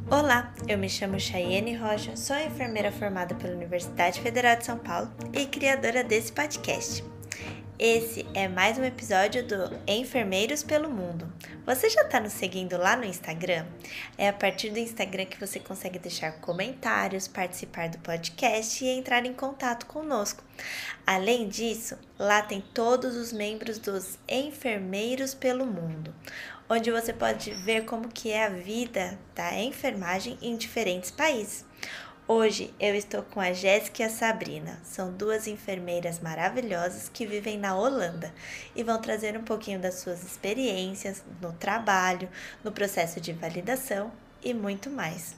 Olá, eu me chamo Chayene Rocha, sou enfermeira formada pela Universidade Federal de São Paulo e criadora desse podcast. Esse é mais um episódio do Enfermeiros pelo Mundo. Você já está nos seguindo lá no Instagram? É a partir do Instagram que você consegue deixar comentários, participar do podcast e entrar em contato conosco. Além disso, lá tem todos os membros dos Enfermeiros pelo Mundo, onde você pode ver como que é a vida da enfermagem em diferentes países. Hoje eu estou com a Jéssica e a Sabrina. São duas enfermeiras maravilhosas que vivem na Holanda e vão trazer um pouquinho das suas experiências no trabalho, no processo de validação e muito mais.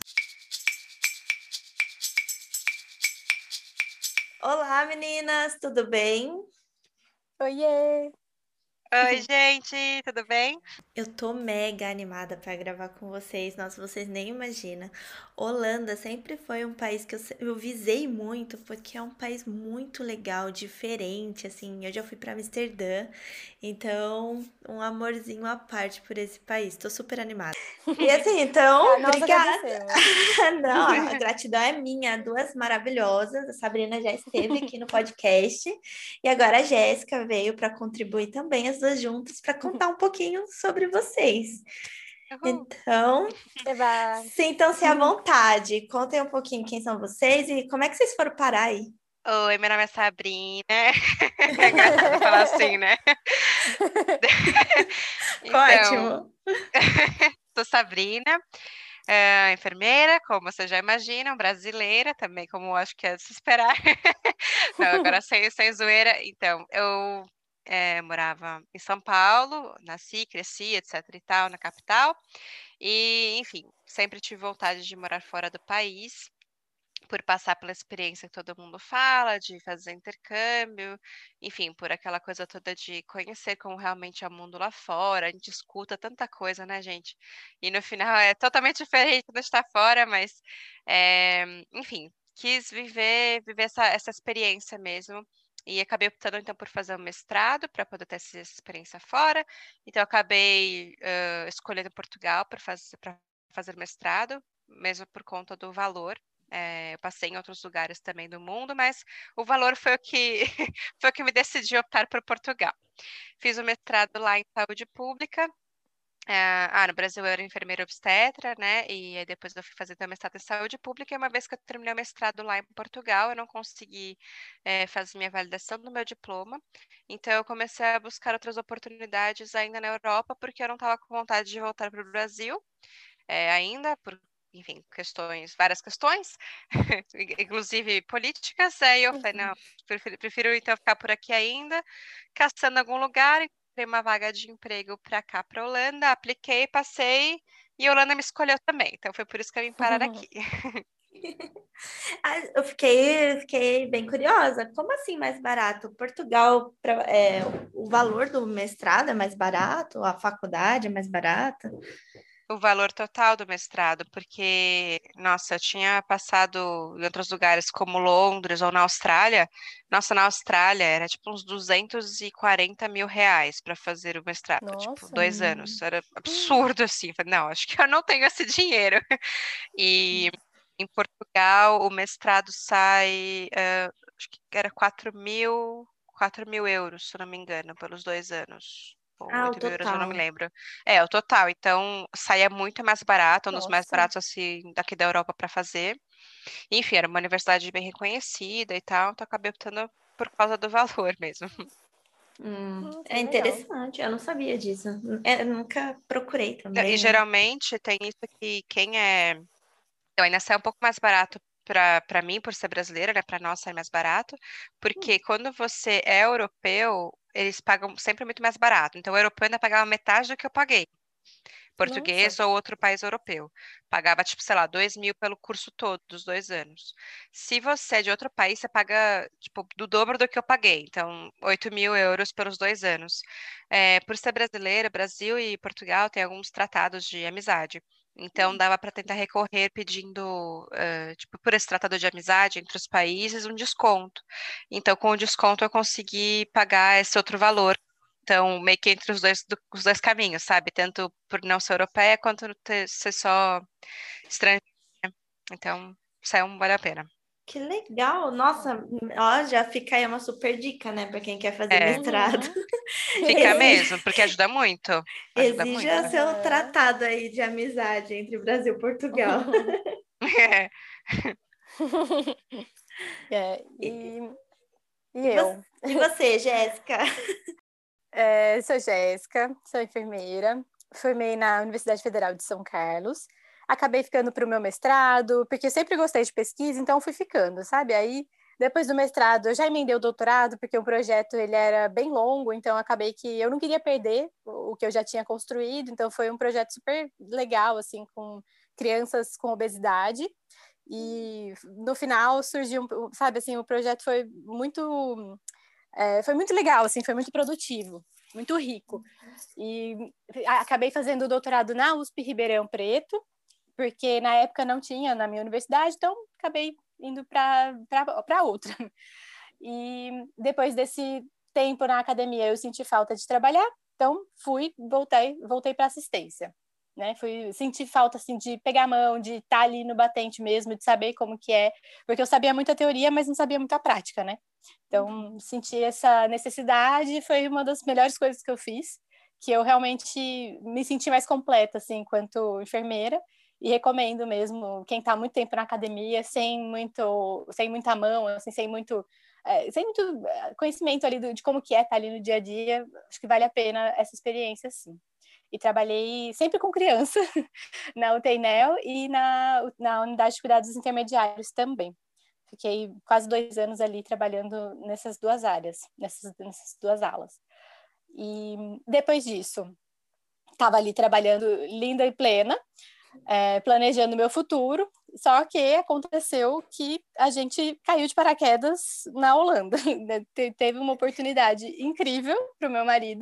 Olá, meninas, tudo bem? Oiê! Oi, gente, tudo bem? Eu tô mega animada para gravar com vocês. Nossa, vocês nem imaginam. Holanda sempre foi um país que eu visei muito, porque é um país muito legal, diferente, assim. Eu já fui para Amsterdã, então um amorzinho à parte por esse país. Tô super animada. E assim, então, Nós obrigada. agradecemos. Não, a gratidão é minha. Duas maravilhosas. A Sabrina já esteve aqui no podcast e agora a Jéssica veio para contribuir também, as duas juntas, para contar um pouquinho sobre vocês. Uhul. Então, Eba! sintam-se à vontade. Contem um pouquinho quem são vocês e como é que vocês foram parar aí. Oi, meu nome é Sabrina. É engraçado falar assim, né? Então, Ótimo. sou Sabrina, enfermeira, como vocês já imaginam, brasileira também, como acho que é de se esperar. Não, agora sem zoeira. Então, eu morava em São Paulo, nasci, cresci, etc e tal, na capital. E, enfim, sempre tive vontade de morar fora do país, por passar pela experiência que todo mundo fala, de fazer intercâmbio, enfim, por aquela coisa toda de conhecer como realmente é o mundo lá fora. A gente escuta tanta coisa, né, gente? E no final é totalmente diferente quando está fora, mas, enfim, quis viver essa experiência mesmo. E acabei optando, então, por fazer um mestrado para poder ter essa experiência fora. Então, acabei escolhendo Portugal para fazer mestrado, mesmo por conta do valor. Eu passei em outros lugares também do mundo, mas o valor foi o que foi o que me decidiu optar por Portugal. Fiz o mestrado lá em saúde pública. No Brasil eu era enfermeira obstetra, né? E aí depois eu fui fazer também mestrado em saúde pública. E uma vez que eu terminei o mestrado lá em Portugal, eu não consegui fazer minha validação do meu diploma. Então eu comecei a buscar outras oportunidades ainda na Europa, porque eu não estava com vontade de voltar para o Brasil ainda, por, enfim, várias questões, inclusive políticas. Aí eu falei, não, prefiro então ficar por aqui ainda, caçando algum lugar, encontrei uma vaga de emprego para cá, para Holanda, apliquei, passei, e a Holanda me escolheu também. Então foi por isso que eu vim parar aqui. Eu fiquei bem curiosa. Como assim mais barato? Portugal, o valor do mestrado é mais barato? A faculdade é mais barata? O valor total do mestrado, porque, nossa, eu tinha passado em outros lugares como Londres ou na Austrália. Nossa, na Austrália era tipo uns 240 mil reais para fazer o mestrado, tipo, Nossa. 2 anos. Era absurdo assim. Falei, não, acho que eu não tenho esse dinheiro. E em Portugal o mestrado sai, acho que era 4 mil euros, se eu não me engano, pelos 2 anos. Ou Ah, o 8 mil euros, eu não me total. lembro. É, o total. Então, saía muito mais barato, um dos mais Nossa. baratos, assim, daqui da Europa para fazer. Enfim, era uma universidade bem reconhecida e tal, então acabei optando por causa do valor mesmo. É Que legal. interessante, eu não sabia disso. Eu nunca procurei E também. geralmente tem isso que quem é. Então, ainda sai um pouco mais barato para mim, por ser brasileira, né? Para nós sai mais barato, porque quando você é europeu, eles pagam sempre muito mais barato. Então, o europeu ainda pagava metade do que eu paguei. Nossa. Português ou outro país europeu. Pagava, tipo, sei lá, 2 mil pelo curso todo, dos 2 anos. Se você é de outro país, você paga, tipo, do dobro do que eu paguei. Então, 8 mil euros pelos 2 anos. Por ser brasileira, Brasil e Portugal têm alguns tratados de amizade. Então, dava para tentar recorrer pedindo, tipo, por esse tratado de amizade entre os países, um desconto. Então, com o desconto, eu consegui pagar esse outro valor Então, meio que entre os dois caminhos, sabe? Tanto por não ser europeia, quanto ser só estrangeira. Então, vale a pena. Que legal! Nossa, ó, já fica aí uma super dica, né, para quem quer fazer É. mestrado. Fica mesmo, porque ajuda muito. Ajuda muito. Exija seu tratado aí de amizade entre Brasil e Portugal. É. E eu? E você, Jéssica? Sou Jéssica, sou enfermeira, formei na Universidade Federal de São Carlos. Acabei ficando para o meu mestrado, porque eu sempre gostei de pesquisa, então fui ficando, sabe? Aí, depois do mestrado, eu já emendei o doutorado, porque o projeto ele era bem longo, então acabei que eu não queria perder o que eu já tinha construído, então foi um projeto super legal, assim, com crianças com obesidade. E no final surgiu, sabe, assim, o projeto foi muito legal, assim, foi muito produtivo, muito rico. E acabei fazendo o doutorado na USP Ribeirão Preto, porque na época não tinha na minha universidade, então acabei indo para outra. E depois desse tempo na academia, eu senti falta de trabalhar, então voltei para assistência. Né? Senti falta assim, de pegar a mão, de estar ali no batente mesmo, de saber como que é, porque eu sabia muita teoria, mas não sabia muita prática, né? Então, senti essa necessidade, foi uma das melhores coisas que eu fiz, que eu realmente me senti mais completa, assim, enquanto enfermeira, e recomendo mesmo quem está muito tempo na academia, sem muita mão, assim, sem muito conhecimento ali de como que é estar ali no dia a dia, acho que vale a pena essa experiência, sim. E trabalhei sempre com criança na UTI-NEO e na unidade de cuidados intermediários também. Fiquei quase 2 anos ali trabalhando nessas duas áreas, nessas duas alas. E depois disso, estava ali trabalhando linda e plena, planejando meu futuro, só que aconteceu que a gente caiu de paraquedas na Holanda. Teve uma oportunidade incrível para o meu marido,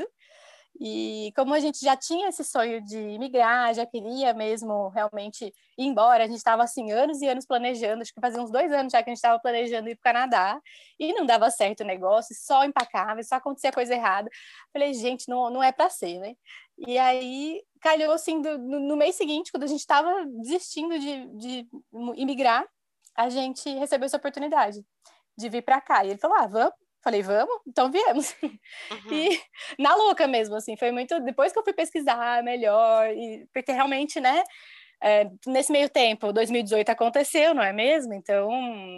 e como a gente já tinha esse sonho de imigrar, já queria mesmo realmente ir embora, a gente estava assim anos e anos planejando, acho que fazia uns 2 anos já que a gente estava planejando ir para o Canadá, e não dava certo o negócio, só empacava, só acontecia coisa errada. Falei, gente, não é para ser, né? E aí calhou assim, no mês seguinte, quando a gente estava desistindo de imigrar, a gente recebeu essa oportunidade de vir para cá. E ele falou, vamos. Falei, vamos? Então viemos. Uhum. E na louca mesmo, assim, foi muito... Depois que eu fui pesquisar melhor, porque realmente, né, nesse meio tempo, 2018 aconteceu, não é mesmo? Então,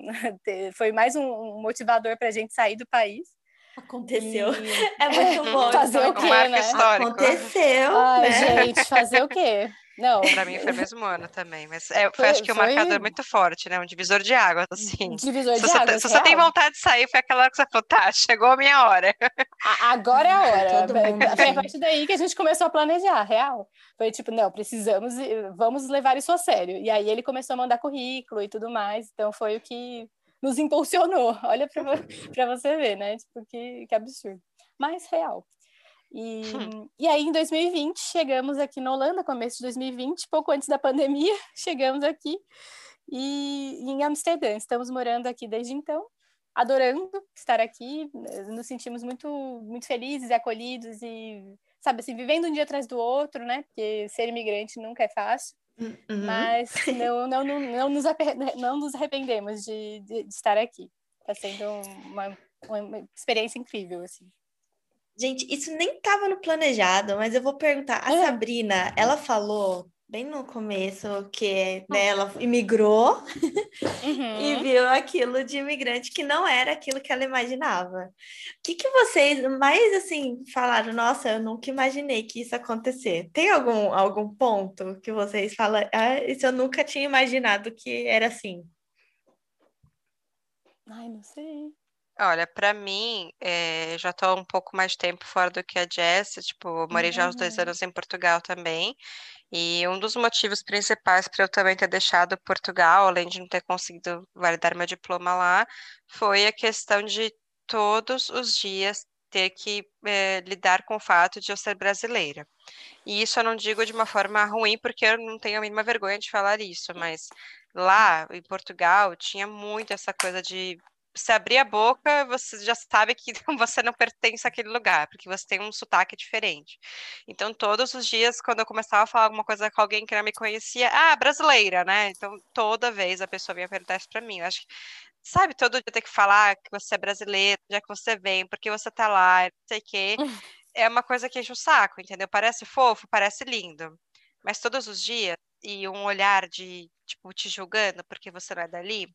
foi mais um motivador para a gente sair do país. Aconteceu. É muito bom. Fazer o quê, marco né? histórico. Aconteceu, Ai, né? gente, fazer o quê? Não. Pra mim foi mesmo ano também, mas foi acho que um marcador muito forte, né? Um divisor de águas, assim. Divisor de águas, se você tem vontade de sair, foi aquela hora que você falou, tá, chegou a minha hora. Agora é a hora. Todo mundo, foi a partir daí que a gente começou a planejar, real. Foi tipo, não, vamos levar isso a sério. E aí ele começou a mandar currículo e tudo mais, então foi o que nos impulsionou. Olha pra você ver, né? Tipo, que absurdo. Mas real. E aí, em 2020, chegamos aqui na Holanda, começo de 2020, pouco antes da pandemia, chegamos aqui em Amsterdã. Estamos morando aqui desde então, adorando estar aqui, nos sentimos muito, muito felizes e acolhidos e, sabe assim, vivendo um dia atrás do outro, né? Porque ser imigrante nunca é fácil, mas não nos arrependemos de estar aqui. Está sendo uma experiência incrível, assim. Gente, isso nem estava no planejado, mas eu vou perguntar. A Sabrina, ela falou bem no começo que, né, ela imigrou e viu aquilo de imigrante que não era aquilo que ela imaginava. O que vocês mais, assim, falaram? Nossa, eu nunca imaginei que isso ia acontecer. Tem algum ponto que vocês falam? Isso eu nunca tinha imaginado que era assim. Ai, não sei. Olha, pra mim, já tô um pouco mais de tempo fora do que a Jess, tipo, eu morei já uns 2 anos em Portugal também, e um dos motivos principais para eu também ter deixado Portugal, além de não ter conseguido validar meu diploma lá, foi a questão de todos os dias ter que lidar com o fato de eu ser brasileira. E isso eu não digo de uma forma ruim, porque eu não tenho a mínima vergonha de falar isso, mas lá em Portugal tinha muito essa coisa de você abrir a boca, você já sabe que você não pertence àquele lugar, porque você tem um sotaque diferente. Então, todos os dias, quando eu começava a falar alguma coisa com alguém que não me conhecia, brasileira, né? Então, toda vez a pessoa vinha perguntar isso pra mim. Eu acho que, sabe, todo dia ter que falar que você é brasileiro, já que você vem, porque você tá lá, não sei o quê. É uma coisa que enche o saco, entendeu? Parece fofo, parece lindo. Mas todos os dias, e um olhar de, tipo, te julgando porque você não é dali,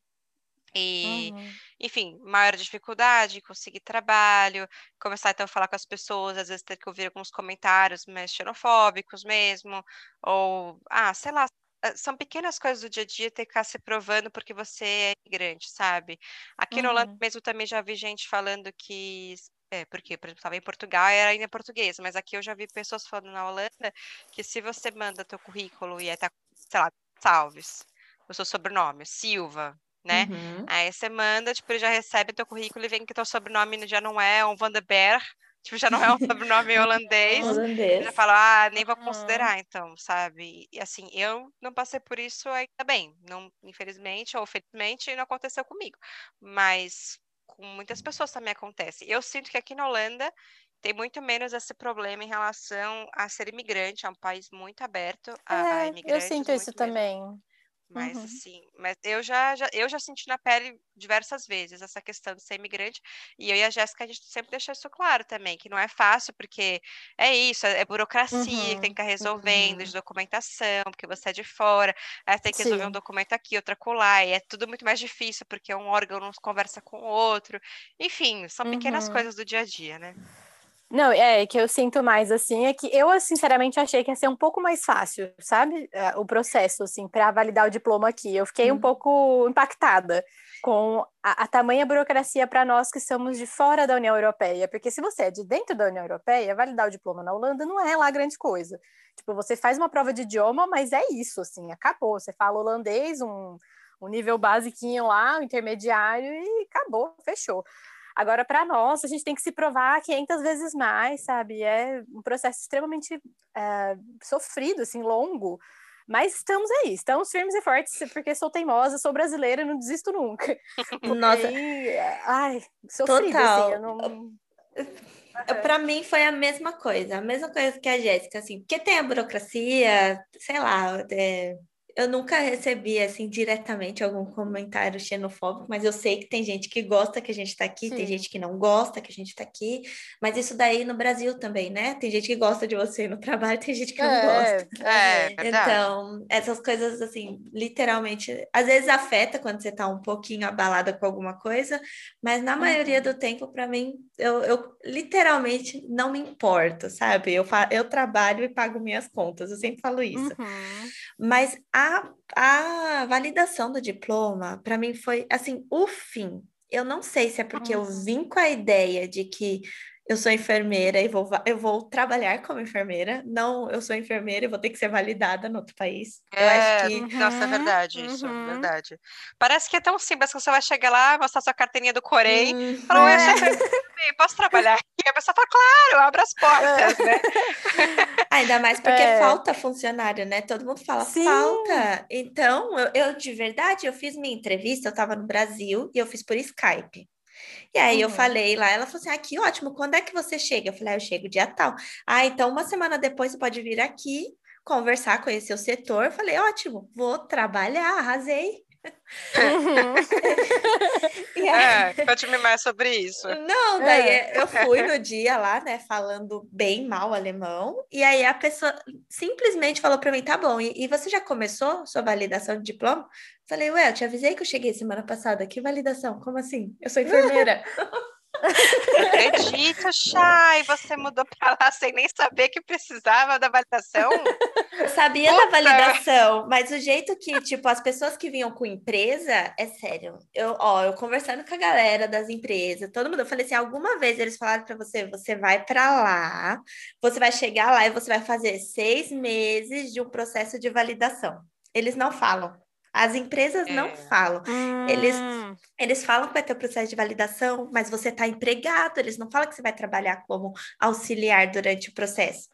e, Uhum. enfim, maior dificuldade em conseguir trabalho, começar então a falar com as pessoas, às vezes ter que ouvir alguns comentários mais xenofóbicos mesmo, ou, sei lá, são pequenas coisas do dia a dia ter que ficar se provando porque você é imigrante, sabe? Aqui na Holanda Uhum. mesmo também já vi gente falando que. Porque, por exemplo, estava em Portugal e era ainda português, mas aqui eu já vi pessoas falando na Holanda que se você manda teu currículo e tá, sei lá, Salves, o seu sobrenome, Silva, né? Uhum. Aí você manda, tipo, ele já recebe teu currículo e vê que teu sobrenome já não é um Van den Berg, tipo, já não é um sobrenome holandês, já Holandês. fala, nem vou Uhum. considerar, então, sabe? E assim, eu não passei por isso ainda bem, não, infelizmente ou felizmente, não aconteceu comigo, mas com muitas pessoas também acontece. Eu sinto que aqui na Holanda tem muito menos esse problema em relação a ser imigrante, é um país muito aberto a Eu imigrantes, sinto isso muito mesmo. também. Mas Uhum. assim, mas eu já senti na pele diversas vezes essa questão de ser imigrante, e eu e a Jéssica a gente sempre deixa isso claro também, que não é fácil, porque é isso, é burocracia que tem que Uhum. estar resolvendo, de Uhum. documentação, porque você é de fora, aí tem que resolver um Sim. documento aqui, outra acolá, e é tudo muito mais difícil, porque um órgão não conversa com o outro. Enfim, são pequenas Uhum. coisas do dia a dia, né? Não, que eu sinto mais assim, é que eu sinceramente achei que ia ser um pouco mais fácil, sabe? O processo, assim, para validar o diploma aqui. Eu fiquei um Uhum. pouco impactada com a tamanha burocracia para nós que somos de fora da União Europeia, porque se você é de dentro da União Europeia, validar o diploma na Holanda não é lá grande coisa. Tipo, você faz uma prova de idioma, mas é isso, assim, acabou. Você fala holandês, um nível basiquinho lá, um intermediário e acabou, fechou. Agora, para nós, a gente tem que se provar 500 vezes mais, sabe? É um processo extremamente sofrido, assim, longo. Mas estamos aí, estamos firmes e fortes, porque sou teimosa, sou brasileira e não desisto nunca. Nossa, Porém, ai, sofrido, assim, eu total. não. Para mim foi a mesma coisa que a Jéssica, assim, porque tem a burocracia, sei lá, eu nunca recebi, assim, diretamente algum comentário xenofóbico, mas eu sei que tem gente que gosta que a gente está aqui, tem Sim. gente que não gosta que a gente está aqui, mas isso daí no Brasil também, né? Tem gente que gosta de você no trabalho, tem gente que não gosta. É Uhum, verdade. Então, essas coisas, assim, literalmente, às vezes afeta quando você tá um pouquinho abalada com alguma coisa, mas na maioria do uhum, tempo, para mim, eu literalmente não me importo, sabe? Eu trabalho e pago minhas contas, eu sempre falo isso. uhum, Mas a validação do diploma, para mim, foi, assim, o fim. Eu não sei se é porque eu uhum. vim com a ideia de que eu sou enfermeira e eu vou trabalhar como enfermeira. Não, eu sou enfermeira e vou ter que ser validada no outro país. Eu acho que Nossa, é Uhum, verdade isso, uhum. verdade. Parece que é tão simples que você vai chegar lá, mostrar sua carteirinha do Corém, falar, oi, eu sou é. enfermeira, posso trabalhar aqui? A pessoa fala, claro, abra as portas, né? Ainda mais porque É, falta funcionário, né? Todo mundo fala, sim. falta. Então, de verdade, eu fiz minha entrevista, eu estava no Brasil e eu fiz por Skype. E aí eu Uhum. falei lá, ela falou assim: ah, que ótimo, quando é que você chega? Eu falei: eu chego dia tal. Ah, então uma semana depois você pode vir aqui conversar, conhecer o setor. Eu falei: ótimo, vou trabalhar, arrasei. Uhum. E aí, Conte-me mais sobre isso. não, daí É. eu fui no dia lá, né, falando bem mal alemão, e aí a pessoa simplesmente falou para mim: tá bom, e você já começou sua validação de diploma? Falei: ué, eu te avisei que eu cheguei semana passada, que validação? Como assim? Eu sou enfermeira. Não acredito, Chay, você mudou pra lá sem nem saber que precisava da validação? Sabia da Puta! validação, mas o jeito que, tipo, as pessoas que vinham com empresa, é sério. Eu conversando com a galera das empresas, todo mundo, eu falei assim, alguma vez eles falaram para você, você vai para lá, você vai chegar lá e você vai fazer 6 meses de um processo de validação. Eles não falam. As empresas não É, falam. Eles Hum, Eles falam que vai ter o processo de validação, mas você está empregado, eles não falam que você vai trabalhar como auxiliar durante o processo.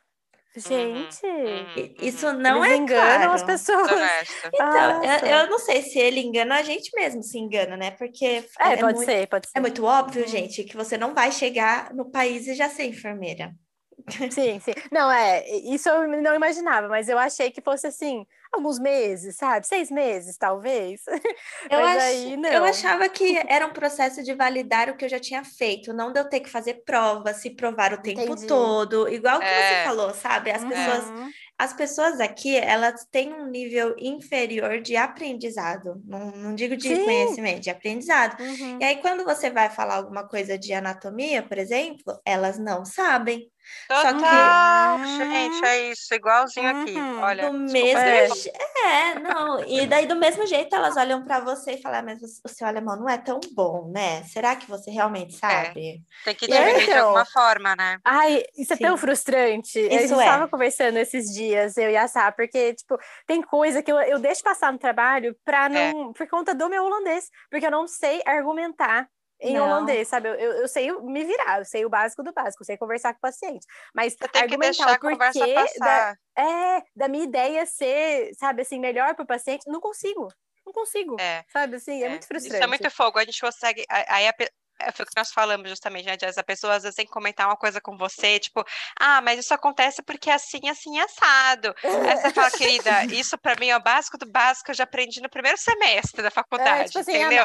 Gente, Isso não eles é enganam as claro. pessoas. Desonesto. Então, Nossa. eu não sei se ele engana a gente mesmo, se engana, né? Porque Pode ser, pode é ser. muito óbvio, gente, que você não vai chegar no país e já ser enfermeira. Sim, sim. Não, isso eu não imaginava, mas eu achei que fosse assim, alguns meses, sabe? 6 meses, talvez. Mas aí, Eu não. achava que era um processo de validar o que eu já tinha feito, não de eu ter que fazer prova, se provar o tempo Entendi. todo, igual que você É, falou, sabe? é. As pessoas aqui, elas têm um nível inferior de aprendizado, não digo de Sim. conhecimento, de aprendizado. E Uhum. aí, quando você vai falar alguma coisa de anatomia, por exemplo, elas não sabem. Só que Total, gente, é isso, igualzinho aqui. Uhum. Olha, do desculpa mesmo ter me É. corrigido. não. E daí, do mesmo jeito, elas olham para você e falam: "Ah, mas o seu alemão não é tão bom, né? Será que você realmente É, sabe?" tem que E aí, diminuir de alguma Então, forma, né? ai, isso é tão sim, frustrante. A gente isso estava é. conversando esses dias, eu e a Sá, porque, tipo, tem coisa que eu deixo passar no trabalho pra É, não, por conta do meu holandês, porque eu não sei argumentar em Não, holandês, sabe? Eu sei me virar, eu sei o básico do básico, eu sei conversar com o paciente, mas você tem que argumentar deixar o a conversa porquê passar. da minha ideia ser, sabe, assim, melhor para o paciente, não consigo, É. sabe, assim, é muito Isso é frustrante. muito fogo. A gente consegue. Foi o que nós falamos justamente, né, Jess? A pessoa às vezes tem que comentar uma coisa com você, tipo, ah, mas isso acontece porque é assim, assim, assado. Aí você fala, querida, isso pra mim é o básico do básico, eu já aprendi no primeiro semestre da Tipo faculdade, assim, entendeu?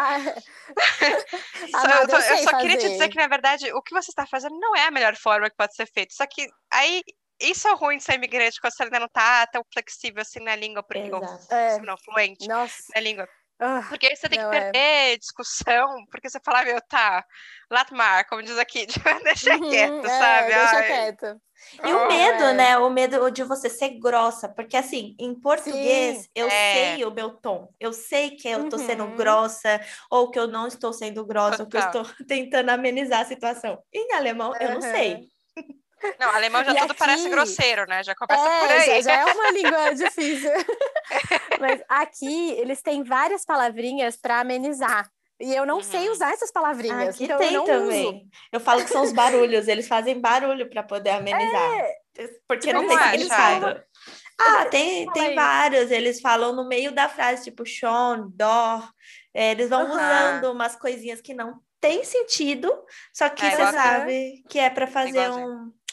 amada, eu Eu sei só queria te dizer fazer. que, na verdade, o que você está fazendo não é a melhor forma que pode ser feito. Só que aí. Isso é ruim de ser imigrante quando você ainda não tá tão flexível assim na língua, porque ou exato. não, fluente Nossa. na língua. Ah, Porque aí você tem que não perder discussão, porque você fala, meu, tá, Latmar, como diz aqui, deixa quieto, sabe? Deixa Ai, quieto. E o oh, Não, medo, né? O medo de você ser grossa, porque assim, em Sim. português eu é, sei o meu tom, eu sei que eu tô sendo Uhum. grossa, ou que eu não estou sendo grossa, ou que eu total. estou tentando amenizar a situação. Em alemão, eu não Aham. sei. Não, alemão já E tudo parece aqui, grosseiro, né? Já começa por já, aí. já é uma língua difícil. Mas aqui eles têm várias palavrinhas para amenizar. E eu não sei Uhum. usar essas palavrinhas, Aqui então eu tem não uso. também. Eu falo que são os barulhos, eles fazem barulho para poder amenizar, porque Tipo, não Como tem é, eles falam uma. significado. Ah, Fala tem aí. vários. Eles falam no meio da frase, tipo, schon, dor. Eles vão Ah, usando umas coisinhas que não tem sentido, só que é você igual aqui, Aham. sabe que é para fazer igualzinho.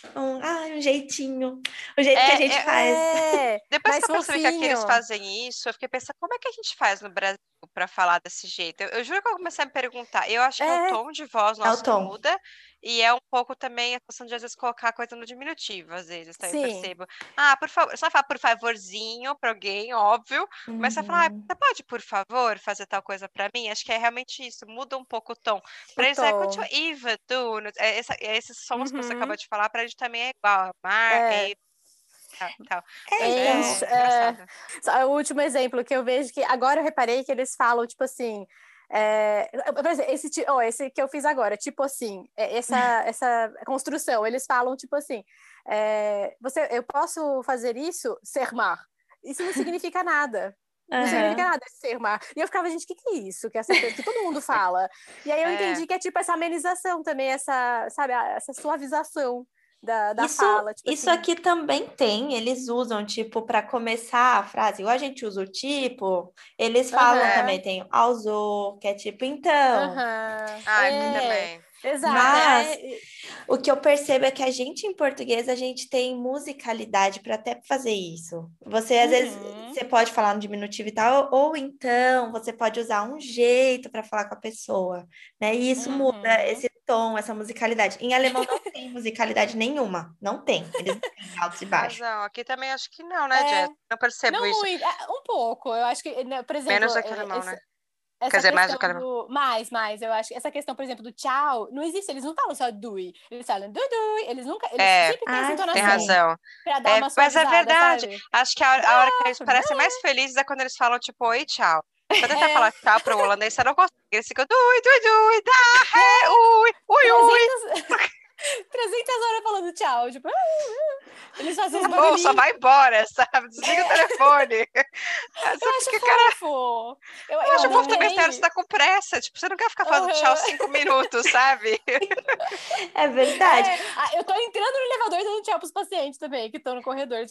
um jeitinho, o jeito que a gente faz. Depois que Mais eu percebi que aqui eles fofinho. fazem isso, eu fiquei pensando, como é que a gente faz no Brasil para falar desse jeito? Eu juro que eu comecei a me perguntar. Eu acho que é o É, tom de voz É o nosso que tom. muda, e é um pouco também a questão de às vezes colocar a coisa no diminutivo, às vezes, tá? Eu sim. percebo. Ah, por favor, você vai falar por favorzinho para alguém, óbvio, mas você vai falar, ah, Uhum. você pode, por favor, fazer tal coisa para mim? Acho que é realmente isso, muda um pouco o tom. O Para eles é tom. continua Eva, do, esses sons que você acabou Uhum. de falar, para a gente também é igual, Mar, É. tal. Mas Então, é engraçado. Só o último exemplo que eu vejo que agora eu reparei que eles falam, tipo assim. Por exemplo, esse que eu fiz agora, tipo assim, essa construção, eles falam, tipo assim, eu posso fazer isso, ser mar. Isso não significa nada. Não significa aham. nada ser mar. E eu ficava, gente, o que que é isso? Que essa pessoa, que todo mundo fala. E aí eu É, entendi que é tipo essa amenização também, sabe, essa suavização da Isso, fala, tipo isso assim. aqui também tem, eles usam, tipo, para começar a frase, igual a gente usa o tipo, eles falam é. também, tem also, que é tipo, então. Aham. Ah, aqui também. Exato. Mas o que eu percebo é que a gente, em português, a gente tem musicalidade para até fazer isso. Você, às vezes, Uhum, você pode falar no diminutivo e tal, ou então você pode usar um jeito para falar com a pessoa, né? E isso muda uhum. esse tom, essa musicalidade. Em alemão não tem musicalidade nenhuma, não tem. Eles não têm altos e baixos. Razão. Aqui também acho que não, né, É, Jess? Não percebo não isso. muito, um pouco. Eu acho que, né, por exemplo, Menos do que alemão, né? Quer essa dizer, mais do questão que alemão. do. Mais, eu acho. Essa questão, por exemplo, do tchau, não existe. Eles não falam só dui. Eles falam dudui. Eles nunca. Eles É, sempre têm essa Ah, tem entonação sim. razão. pra dar É, uma mas é suavizada, verdade. sabe? Acho que a hora que eles parecem mais felizes é quando eles falam, tipo, oi, tchau. Pra tentar É, falar tchau pro holandês, você não consegue. Eles ficam, dui, dui, dui, da, ui, ui, ui. 300, 300 horas falando tchau. Tipo, Eles fazem uns a bolsa barulhinhos. vai embora, sabe? Desliga o telefone. Eu acho fofo. Eu acho fofo também, amei. você tá com pressa. Tipo, você não quer ficar falando tchau 5 minutos, sabe? É verdade. Eu tô entrando no elevador e dando tchau pros pacientes também, que estão no corredor.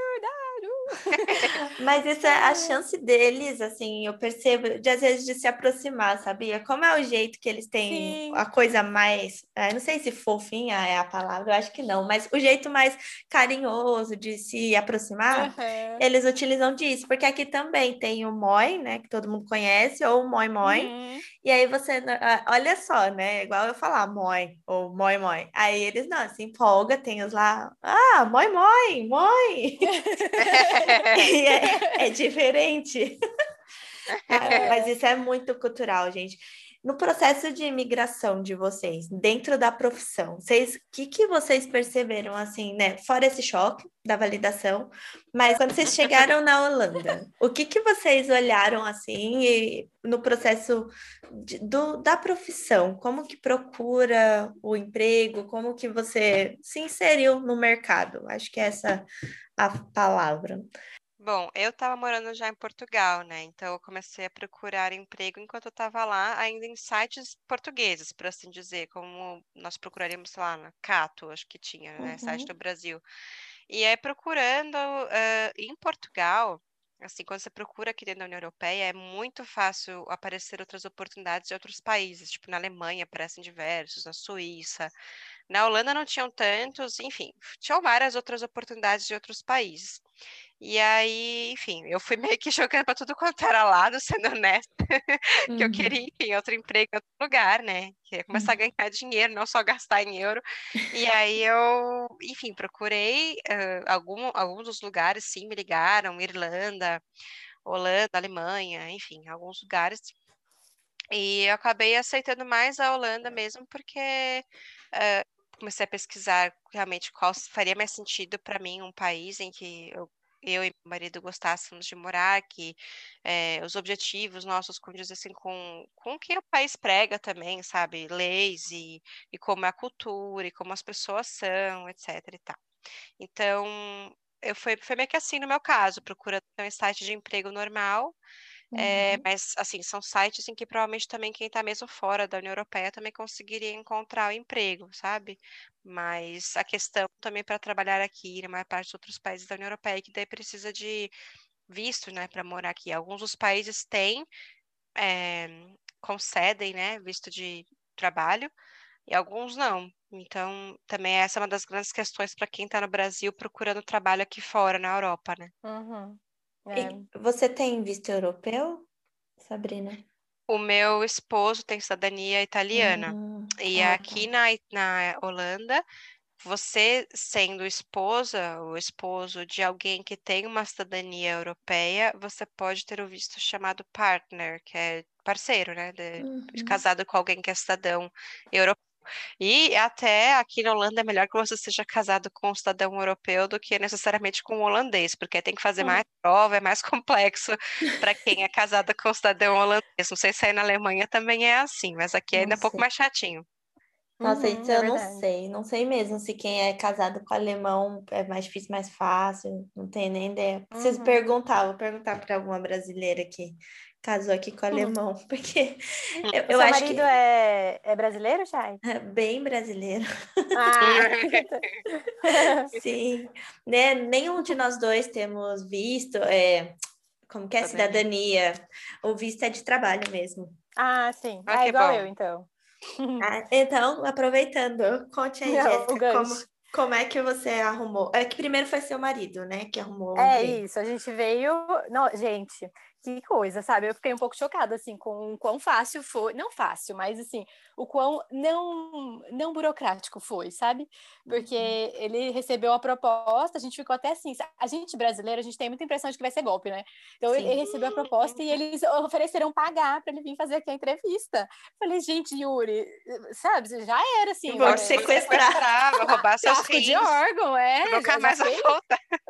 Mas isso é a chance deles, assim, eu percebo, de às vezes de se aproximar, sabia? Como é o jeito que eles têm Sim. a coisa mais, não sei se fofinha é a palavra, eu acho que não, mas o jeito mais carinhoso de se aproximar, eles utilizam disso, porque aqui também tem o moi, né, que todo mundo conhece, ou o moi moi, e aí você, olha só, né, igual eu falar moi, ou moi moi, aí eles não, se empolga, tem os lá, moi moi, moi. E é diferente. Mas isso é muito cultural, gente. No processo de imigração de vocês, dentro da profissão, o que vocês perceberam, assim, né? Fora esse choque da validação, mas quando vocês chegaram na Holanda, o que vocês olharam, assim, no processo da profissão? Como que procura o emprego? Como que você se inseriu no mercado? Acho que essa é a palavra. Bom, eu estava morando já em Portugal, né? Então eu comecei a procurar emprego enquanto eu estava lá, ainda em sites portugueses, por assim dizer, como nós procuraríamos, sei lá, na Cato, acho que tinha, né? Site do Brasil. E aí procurando em Portugal, assim, quando você procura aqui dentro da União Europeia, é muito fácil aparecer outras oportunidades de outros países, tipo na Alemanha aparecem diversos, na Suíça. Na Holanda não tinham tantos, enfim, tinham várias outras oportunidades de outros países. E aí, enfim, eu fui meio que jogando para tudo quanto era lado, sendo honesta, que eu queria, enfim, outro emprego em outro lugar, né? Queria começar a ganhar dinheiro, não só gastar em euro. E aí eu, enfim, procurei alguns dos lugares, sim, me ligaram, Irlanda, Holanda, Alemanha, enfim, alguns lugares. E eu acabei aceitando mais a Holanda mesmo, porque comecei a pesquisar realmente qual faria mais sentido para mim, um país em que eu e meu marido gostássemos de morar, que os objetivos nossos condizessem com o que o país prega também, sabe? Leis e como é a cultura e como as pessoas são, etc e tal. Então, foi meio que assim no meu caso, procurando um site de emprego normal, mas, assim, são sites em que provavelmente também quem está mesmo fora da União Europeia também conseguiria encontrar o emprego, sabe? Mas a questão também para trabalhar aqui, na maior parte dos outros países da União Europeia, que daí precisa de visto, né, para morar aqui. Alguns dos países têm, concedem, né, visto de trabalho, e alguns não. Então, também essa é uma das grandes questões para quem está no Brasil procurando trabalho aqui fora, na Europa, né? E você tem visto europeu, Sabrina? O meu esposo tem cidadania italiana. E aqui na Holanda, você sendo esposa ou esposo de alguém que tem uma cidadania europeia, você pode ter o visto chamado partner, que é parceiro, né? Casado com alguém que é cidadão europeu. E até aqui na Holanda é melhor que você seja casado com um cidadão europeu do que necessariamente com um holandês, porque tem que fazer mais prova, é mais complexo para quem é casado com um cidadão holandês. Não sei se aí na Alemanha também é assim, mas aqui ainda é um pouco mais chatinho. Nossa, isso eu não verdade. sei. Não sei mesmo se quem é casado com alemão é mais difícil, mais fácil. Não tenho nem ideia. Preciso perguntar, vou perguntar para alguma brasileira que casou aqui com alemão, porque O eu seu acho marido que é brasileiro, Chay? é bem brasileiro. Ah! Sim, né? Nenhum de nós dois temos visto, como que é cidadania? O visto é de trabalho mesmo. Ah, sim. Ah, que Igual bom. eu, então. Então, aproveitando, conte aí, O Jéssica, gancho. como é que você arrumou? É que primeiro foi seu marido, né, que arrumou o É emprego. isso, a gente veio. Não, gente, que coisa, sabe? Eu fiquei um pouco chocada, assim, com o quão fácil foi. Não fácil, mas, assim, o quão não burocrático foi, sabe? Porque ele recebeu a proposta, a gente ficou até assim. A gente brasileiro, a gente tem muita impressão de que vai ser golpe, né? Então, ele recebeu a proposta e eles ofereceram pagar para ele vir fazer aqui a entrevista. Falei, gente, Yuri, sabe? Já era, assim. Vou te sequestrar. Vou roubar seus Tráfico de rins. órgão, Nunca mais vai voltar.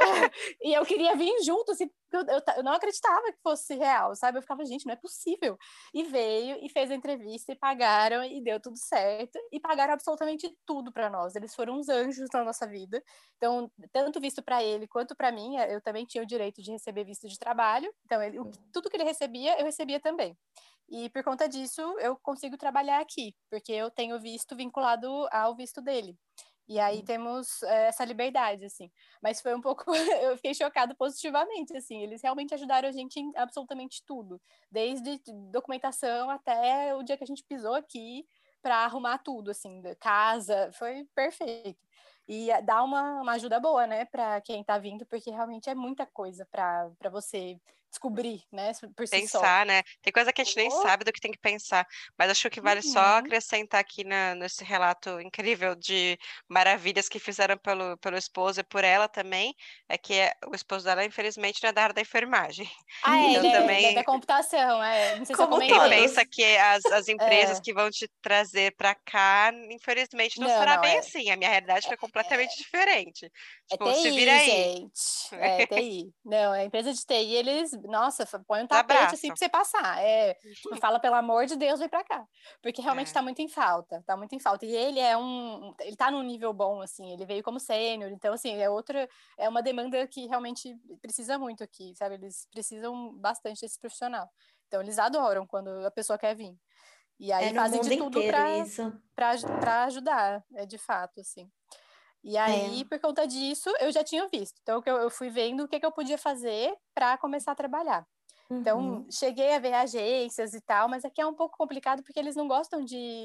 E eu queria vir junto, assim, porque eu não acreditava que fosse real, sabe? Eu ficava, gente, não é possível. E veio e fez a entrevista e pagaram e deu tudo certo. E pagaram absolutamente tudo para nós. Eles foram uns anjos na nossa vida. Então, tanto visto para ele quanto para mim, eu também tinha o direito de receber visto de trabalho. Então, tudo que ele recebia, eu recebia também. E por conta disso, eu consigo trabalhar aqui, porque eu tenho visto vinculado ao visto dele. E aí temos essa liberdade, assim. Mas foi um pouco... eu fiquei chocada positivamente, assim. Eles realmente ajudaram a gente em absolutamente tudo. Desde documentação até o dia que a gente pisou aqui para arrumar tudo, assim. Casa, foi perfeito. E dá uma ajuda boa, né, para quem está vindo, porque realmente é muita coisa para você descobrir, né, por si só. Pensar, né? Tem coisa que a gente nem sabe do que tem que pensar, mas acho que vale só acrescentar aqui nesse relato incrível de maravilhas que fizeram pelo esposo e por ela também, é que o esposo dela, infelizmente, não é da área da enfermagem. Ele também... é da computação, não sei se eu Como comentei. E todos. pensa que as empresas que vão te trazer para cá, infelizmente, não será bem assim. A minha realidade foi completamente diferente. Tipo, se vira TI, aí. gente. É TI. Não, a empresa de TI, eles, nossa, põe um tapete assim Abraço. pra você passar. Tipo, fala, pelo amor de Deus, vem pra cá. Porque realmente tá muito em falta, tá muito em falta. E ele ele tá num nível bom, assim, ele veio como sênior, então, assim, é uma demanda que realmente precisa muito aqui, sabe? Eles precisam bastante desse profissional. Então, eles adoram quando a pessoa quer vir. E aí No fazem de mundo tudo inteiro isso. pra ajudar, de fato, assim. E aí, por conta disso, eu já tinha visto. Então, eu fui vendo o que eu podia fazer para começar a trabalhar. Então, cheguei a ver agências e tal, mas aqui é um pouco complicado porque eles não gostam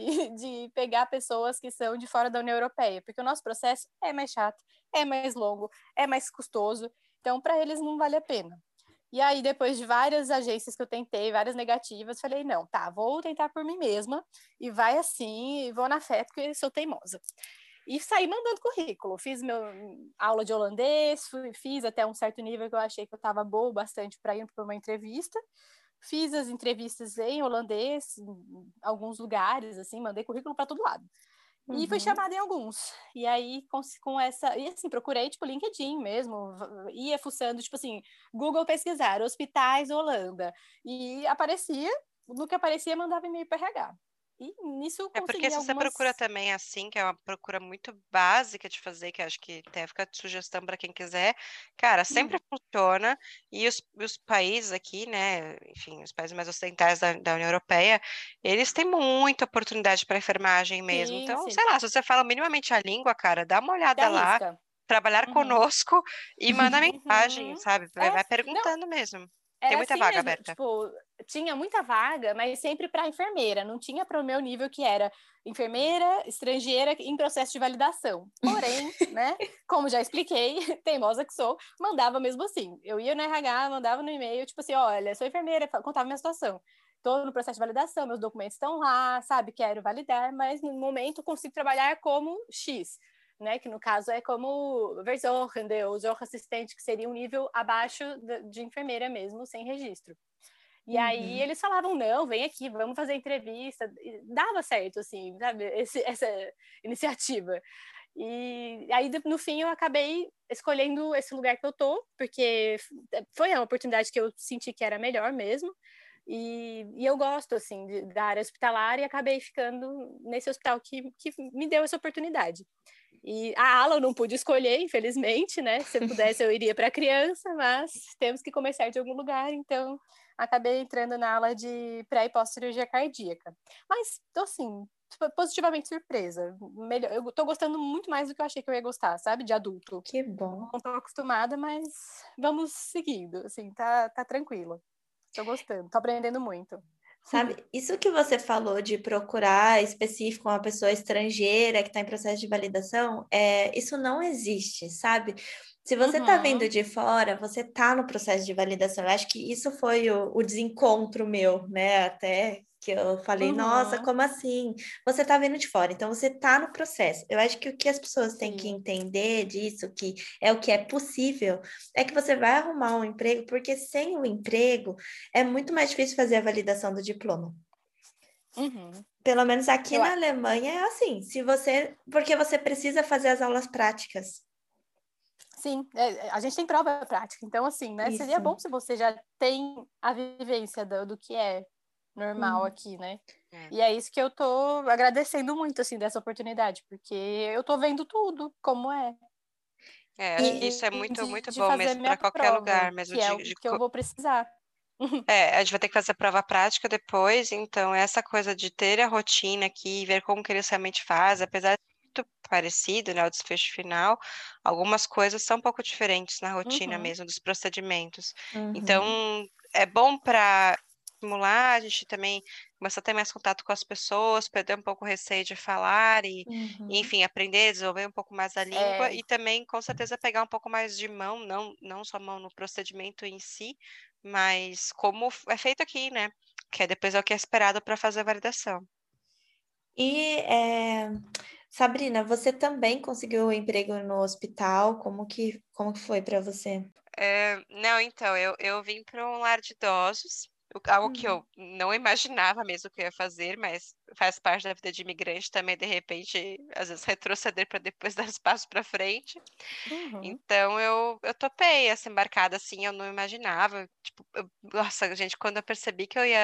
de pegar pessoas que são de fora da União Europeia, porque o nosso processo é mais chato, é mais longo, é mais custoso. Então, para eles não vale a pena. E aí, depois de várias agências que eu tentei, várias negativas, falei, não, tá, vou tentar por mim mesma, e vai assim, e vou na fé, porque sou teimosa. E saí mandando currículo. Fiz meu aula de holandês, fiz até um certo nível que eu achei que eu estava boa bastante para ir para uma entrevista. Fiz as entrevistas em holandês, em alguns lugares, assim, mandei currículo para todo lado. E fui chamada em alguns. E aí, com essa... E assim, procurei, tipo, LinkedIn mesmo. Ia fuçando, tipo assim, Google pesquisar, hospitais Holanda. E aparecia, no que aparecia, mandava e-mail para RH. E nisso É porque consegui se você algumas... procura também assim, que é uma procura muito básica de fazer, que eu acho que até fica de sugestão para quem quiser, cara, sempre funciona. E os países aqui, né, enfim, os países mais ocidentais da União Europeia, eles têm muita oportunidade para enfermagem mesmo. Sim, Então, sim. sei lá, se você fala minimamente a língua, cara, dá uma Se olhada lá, arrisca. trabalhar conosco e manda mensagem, sabe? Vai Não, perguntando mesmo. Tem era muita assim vaga mesmo. aberta. Tipo, tinha muita vaga, mas sempre para enfermeira. Não tinha para o meu nível, que era enfermeira estrangeira em processo de validação. Porém, né, como já expliquei, teimosa que sou, mandava mesmo assim. Eu ia no RH, mandava no e-mail, tipo assim, olha, sou enfermeira, contava minha situação. Estou no processo de validação, meus documentos estão lá, sabe, quero validar, mas no momento consigo trabalhar como X, né, que no caso é como Versorgende ou Zorrassistente, que seria um nível abaixo de enfermeira mesmo, sem registro. E aí eles falavam, não, vem aqui, vamos fazer entrevista. E dava certo, assim, sabe, essa iniciativa. E aí, no fim, eu acabei escolhendo esse lugar que eu tô, porque foi uma oportunidade que eu senti que era melhor mesmo. E eu gosto, assim, da área hospitalar, e acabei ficando nesse hospital que me deu essa oportunidade. E a ala eu não pude escolher, infelizmente, né? Se eu pudesse, eu iria para criança, mas temos que começar de algum lugar, então acabei entrando na ala de pré e pós-cirurgia cardíaca. Mas tô assim, positivamente surpresa. Melhor, eu tô gostando muito mais do que eu achei que eu ia gostar, sabe? De adulto. Que bom. Não tô acostumada, mas vamos seguindo, assim, tá tranquilo. Tô gostando, tô aprendendo muito. Sabe, isso que você falou de procurar específico uma pessoa estrangeira que está em processo de validação, isso não existe, sabe? Se você está vindo de fora, você está no processo de validação. Eu acho que isso foi o desencontro meu, né? Até que eu falei, nossa, como assim? Você está vindo de fora, então você está no processo. Eu acho que o que as pessoas têm que entender disso, que é o que é possível, é que você vai arrumar um emprego, porque sem o emprego é muito mais difícil fazer a validação do diploma. Pelo menos aqui na Alemanha é assim, porque você precisa fazer as aulas práticas. Sim, a gente tem prova prática, então assim, né? Isso. Seria bom se você já tem a vivência do que é normal aqui, né? E é isso que eu tô agradecendo muito, assim, dessa oportunidade, porque eu tô vendo tudo como é. Isso é muito, muito De bom fazer mesmo minha para qualquer lugar prova, mesmo. que é o que eu vou precisar. A gente vai ter que fazer a prova prática depois, então essa coisa de ter a rotina aqui, ver como que eles realmente fazem, apesar de muito parecido, né, o desfecho final, algumas coisas são um pouco diferentes na rotina Uhum. mesmo dos procedimentos. Uhum. Então, é bom para estimular a gente também começar a ter mais contato com as pessoas, perder um pouco o receio de falar e, enfim, aprender, desenvolver um pouco mais a língua e também, com certeza, pegar um pouco mais de mão, não só mão no procedimento em si, mas como é feito aqui, né? Que depois é o que é esperado para fazer a validação. E, Sabrina, você também conseguiu um emprego no hospital? Como que foi para você? Não, então, eu vim para um lar de idosos, algo que eu não imaginava mesmo que eu ia fazer, mas faz parte da vida de imigrante também, de repente, às vezes retroceder para depois dar os passos para frente. Então, eu topei essa embarcada, assim, eu não imaginava. Tipo, nossa, gente, quando eu percebi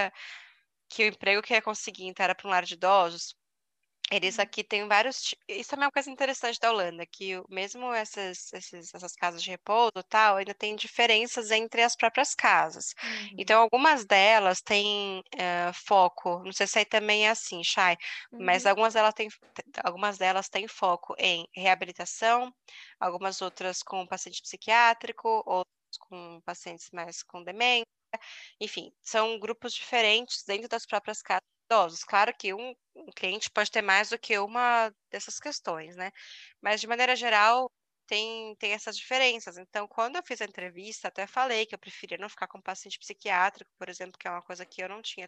que o emprego que eu ia conseguir então, era para um lar de idosos, eles aqui têm vários. Isso é uma coisa interessante da Holanda, que mesmo essas casas de repouso e tal, ainda tem diferenças entre as próprias casas. Então, algumas delas têm foco, não sei se aí também é assim, Chay, mas algumas delas têm foco em reabilitação, algumas outras com paciente psiquiátrico, outras com pacientes mais com demência. Enfim, são grupos diferentes dentro das próprias casas de idosos. Claro que um cliente pode ter mais do que uma dessas questões, né? Mas, de maneira geral, tem essas diferenças. Então, quando eu fiz a entrevista, até falei que eu preferia não ficar com paciente psiquiátrico, por exemplo, que é uma coisa que eu não tinha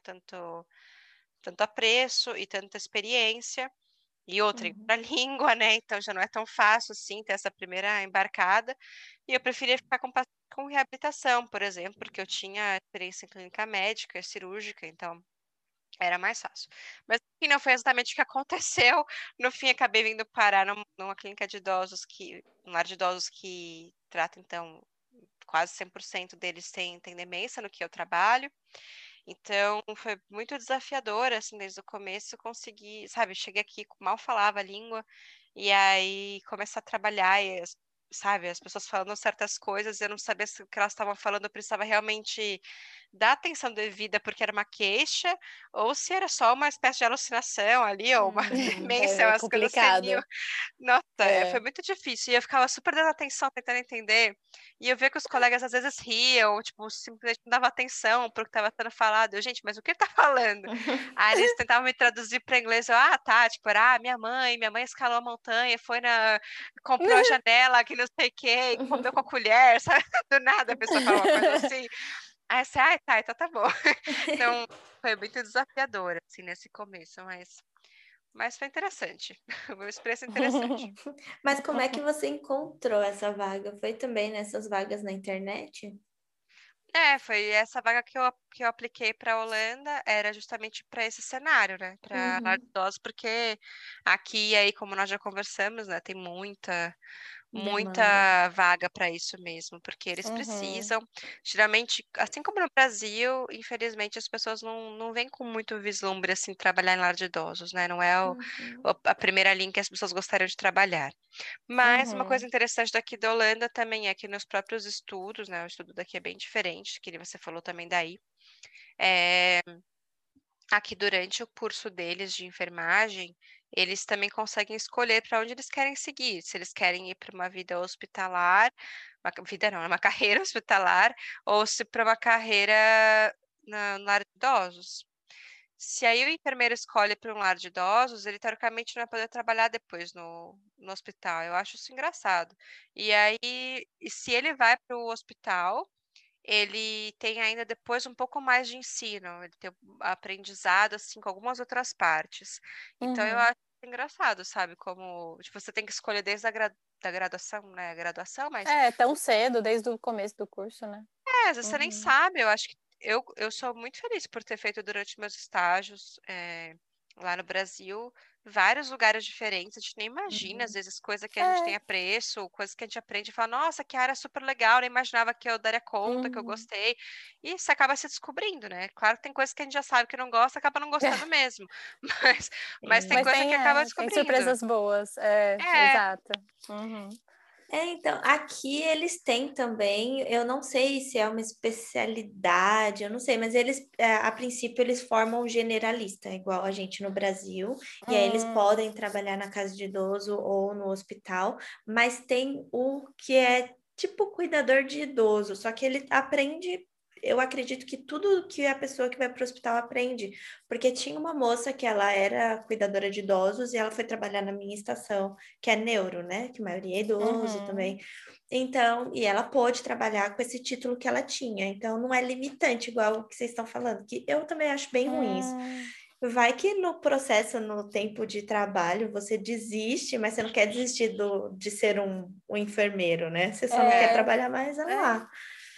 tanto apreço e tanta experiência. E outra, para língua, né? Então já não é tão fácil assim ter essa primeira embarcada. E eu preferia ficar com reabilitação, por exemplo, porque eu tinha experiência em clínica médica, cirúrgica, então era mais fácil. Mas enfim, não foi exatamente o que aconteceu. No fim, acabei vindo parar numa clínica de idosos um lar de idosos que trata, então, quase 100% deles têm demência no que eu trabalho. Então, foi muito desafiador, assim, desde o começo, conseguir, sabe, cheguei aqui, mal falava a língua, e aí começar a trabalhar, sabe, as pessoas falando certas coisas, eu não sabia se o que elas estavam falando, eu precisava realmente dar atenção devida porque era uma queixa, ou se era só uma espécie de alucinação ali, ou uma demência, É umas coisas senil. complicado. Nossa, foi É. muito difícil. E eu ficava super dando atenção, tentando entender. E eu via que os colegas às vezes riam, tipo, simplesmente não davam atenção pro que estava sendo falado. Eu, gente, mas o que ele tá falando? Aí eles tentavam me traduzir para inglês. Tá, tipo, minha mãe escalou a montanha, comprou a janela, que não sei o quê, e comeu com a colher, sabe? Do nada a pessoa fala uma coisa assim. Aí você, tá, então tá bom. Então, foi muito desafiador, assim, nesse começo, mas foi interessante. Foi uma experiência interessante. Mas como é que você encontrou essa vaga? Foi também nessas vagas na internet? Foi essa vaga que eu apliquei para a Holanda, era justamente para esse cenário, né? Para lar de idosos, porque aqui, aí, como nós já conversamos, né, tem Demanda. muita vaga para isso mesmo, porque eles precisam. Geralmente, assim como no Brasil, infelizmente as pessoas não vêm com muito vislumbre assim trabalhar em lar de idosos, né? Não é a primeira linha que as pessoas gostariam de trabalhar. Mas uma coisa interessante daqui da Holanda também é que nos próprios estudos, né? O estudo daqui é bem diferente, que você falou também daí. É, aqui durante o curso deles de enfermagem, eles também conseguem escolher para onde eles querem seguir. Se eles querem ir para uma vida hospitalar, vida não, uma carreira hospitalar, ou se para uma carreira no lar de idosos. Se aí o enfermeiro escolhe para um lar de idosos, ele teoricamente não vai poder trabalhar depois no hospital. Eu acho isso engraçado. E aí, e se ele vai para o hospital, ele tem ainda depois um pouco mais de ensino, ele tem um aprendizado, assim, com algumas outras partes. Então, eu acho engraçado, sabe? Como tipo, você tem que escolher desde da graduação, né? Graduação, mas Tão cedo, desde o começo do curso, né? às vezes você nem sabe. Eu acho que eu sou muito feliz por ter feito durante meus estágios lá no Brasil. vários lugares diferentes, a gente nem imagina, às vezes, coisa que a gente tem apreço, coisa que a gente aprende e fala, nossa, que área super legal, nem imaginava que eu daria conta, que eu gostei. E você acaba se descobrindo, né? Claro que tem coisas que a gente já sabe que não gosta, acaba não gostando mesmo. Mas tem Mas coisa que acaba tem descobrindo. surpresas boas, É. exato. Uhum. Então, aqui eles têm também, eu não sei se é uma especialidade, eu não sei, mas eles, a princípio, eles formam um generalista, igual a gente no Brasil, e aí eles podem trabalhar na casa de idoso ou no hospital, mas tem o que é tipo cuidador de idoso, só que ele aprende. Eu acredito que tudo que a pessoa que vai para o hospital aprende, porque tinha uma moça que ela era cuidadora de idosos e ela foi trabalhar na minha estação, que é neuro, né? Que a maioria é idoso também. Então, e ela pôde trabalhar com esse título que ela tinha. Então, não é limitante, igual o que vocês estão falando, que eu também acho bem ruim isso. Vai que no processo, no tempo de trabalho, você desiste, mas você não quer desistir de ser um enfermeiro, né? Você só não quer trabalhar mais lá.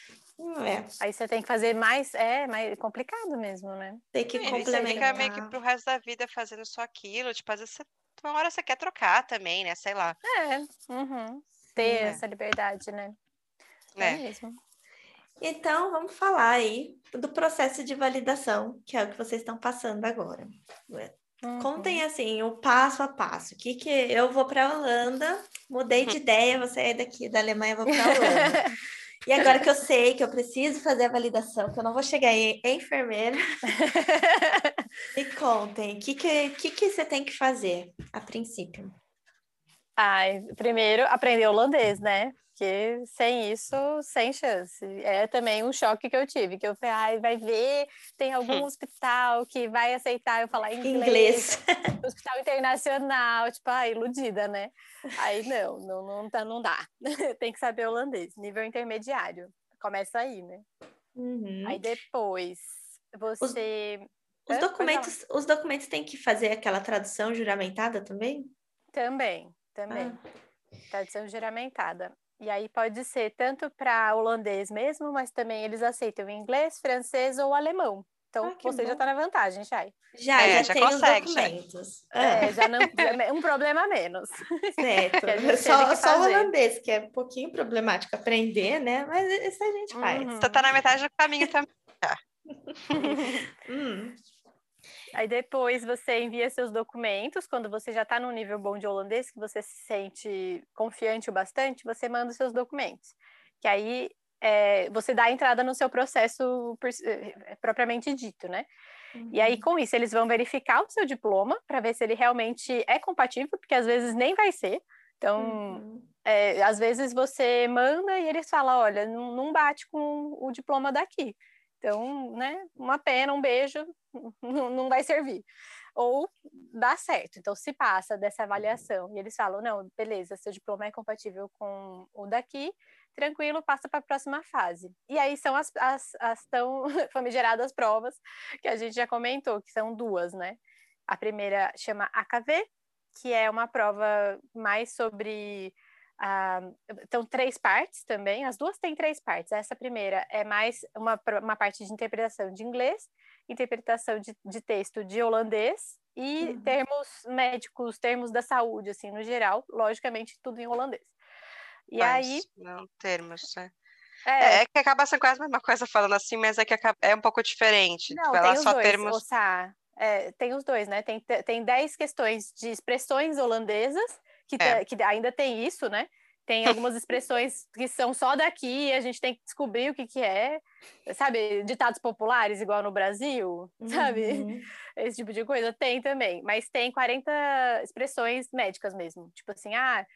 Aí você tem que fazer mais complicado mesmo, né? Tem que E você fica meio que complementar. pro resto da vida fazendo só aquilo, tipo, às vezes uma hora você quer trocar também, né? Sei lá. Ter É. essa liberdade, né? É mesmo. Então, vamos falar aí do processo de validação, que é o que vocês estão passando agora. Contem assim, o passo a passo. Que eu vou para a Holanda, mudei de ideia, vou sair daqui da Alemanha, vou para a Holanda. E agora que eu sei que eu preciso fazer a validação, que eu não vou chegar aí enfermeira, me contem, o que você tem que fazer a princípio? Primeiro, aprender holandês, né? Porque sem isso, sem chance. É também um choque que eu tive, que eu falei, vai ver, tem algum hospital que vai aceitar eu falar inglês, hospital internacional, tipo, iludida, né? Aí não dá. Tem que saber holandês, nível intermediário. Começa aí, né? Aí depois você... Os documentos têm que fazer aquela tradução juramentada também? Também. Tradução juramentada. E aí pode ser tanto para holandês mesmo, mas também eles aceitam inglês, francês ou alemão. Então você já está na vantagem, Chay. Já tem os consegue, documentos. Já não é um problema a menos. Certo. Que a gente Só o holandês, que é um pouquinho problemático aprender, né? Mas isso a gente faz. Você tá na metade do caminho também. Aí depois você envia seus documentos, quando você já está num nível bom de holandês, que você se sente confiante o bastante, você manda os seus documentos. Que aí você dá a entrada no seu processo propriamente dito, né? E aí, com isso, eles vão verificar o seu diploma para ver se ele realmente é compatível, porque às vezes nem vai ser. Então, às vezes você manda e eles falam, olha, não bate com o diploma daqui. Então, né, uma pena, um beijo, não vai servir. Ou dá certo. Então, se passa dessa avaliação e eles falam, não, beleza, seu diploma é compatível com o daqui, tranquilo, passa para a próxima fase. E aí são as tão famigeradas provas que a gente já comentou, que são duas, né? A primeira chama AKV, que é uma prova mais sobre... Então, 3 partes também, as duas têm 3 partes. Essa primeira é mais uma parte de interpretação de inglês, interpretação de texto de holandês e termos médicos, termos da saúde, assim, no geral, logicamente, tudo em holandês. E aí... Não, termos, né? É que acaba sendo quase a mesma coisa falando assim, mas é que é um pouco diferente. Não, Vai tem lá os só dois, termos... tem os dois, né? Tem 10 questões de expressões holandesas, que ainda tem isso, né? Tem algumas expressões que são só daqui, a gente tem que descobrir o que é, sabe? Ditados populares, igual no Brasil, sabe? Esse tipo de coisa tem também, mas tem 40 expressões médicas mesmo, tipo assim,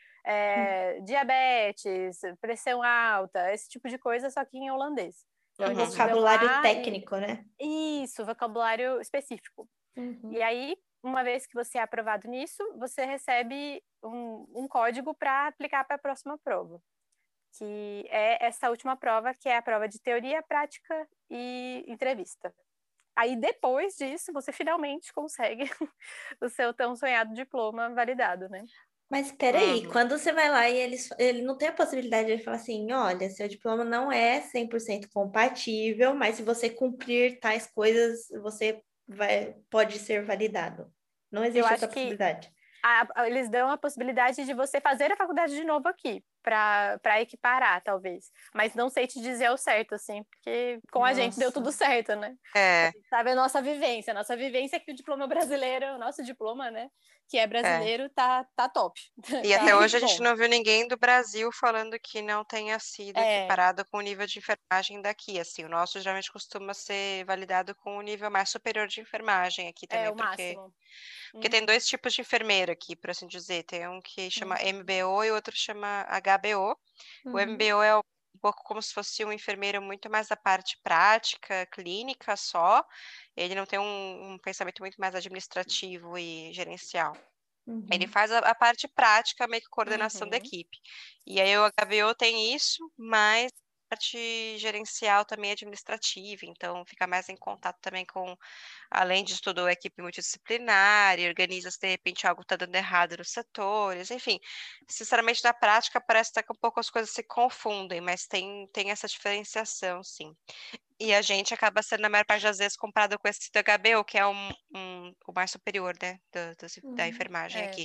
diabetes, pressão alta, esse tipo de coisa, só que em holandês. Então, Vocabulário técnico, né? Isso, vocabulário específico. E aí, uma vez que você é aprovado nisso, você recebe um código para aplicar para a próxima prova, que é essa última prova, que é a prova de teoria, prática e entrevista. Aí, depois disso, você finalmente consegue o seu tão sonhado diploma validado, né? Mas espera aí, quando você vai lá e ele não tem a possibilidade de falar assim, olha, seu diploma não é 100% compatível, mas se você cumprir tais coisas, você pode ser validado. Não Eu existe essa acho que possibilidade. eles dão a possibilidade de você fazer a faculdade de novo aqui, para equiparar, talvez. Mas não sei te dizer ao certo, assim, porque com a gente deu Nossa. tudo certo, né? A É, gente sabe a nossa vivência. A nossa vivência é que o diploma brasileiro, o nosso diploma, né? Que é é. brasileiro, tá top. E Tá até hoje muito a gente bom. não viu ninguém do Brasil falando que não tenha sido É, equiparado com o nível de enfermagem daqui. Assim, o nosso geralmente costuma ser validado com o nível mais superior de enfermagem aqui é também, o máximo. porque tem Uhum, dois tipos de enfermeiro aqui, por assim dizer. Tem um que chama uhum, MBO e outro chama HBO. O Uhum. MBO é um pouco como se fosse um enfermeiro muito mais da parte prática, clínica só. Ele não tem um pensamento muito mais administrativo e gerencial. Ele Uhum. faz a parte prática, meio que coordenação da uhum. equipe. E aí o HBO tem isso, mas a parte gerencial também é administrativa, então fica mais em contato também com, além de tudo, a equipe multidisciplinar, e organiza se de repente algo está dando errado nos setores, enfim. Sinceramente, na prática, parece até que um pouco as coisas se confundem, mas tem essa diferenciação, sim. E a gente acaba sendo, na maior parte das vezes, comparado com esse do HBO, que é o mais superior, né, da Uhum. enfermagem É. aqui.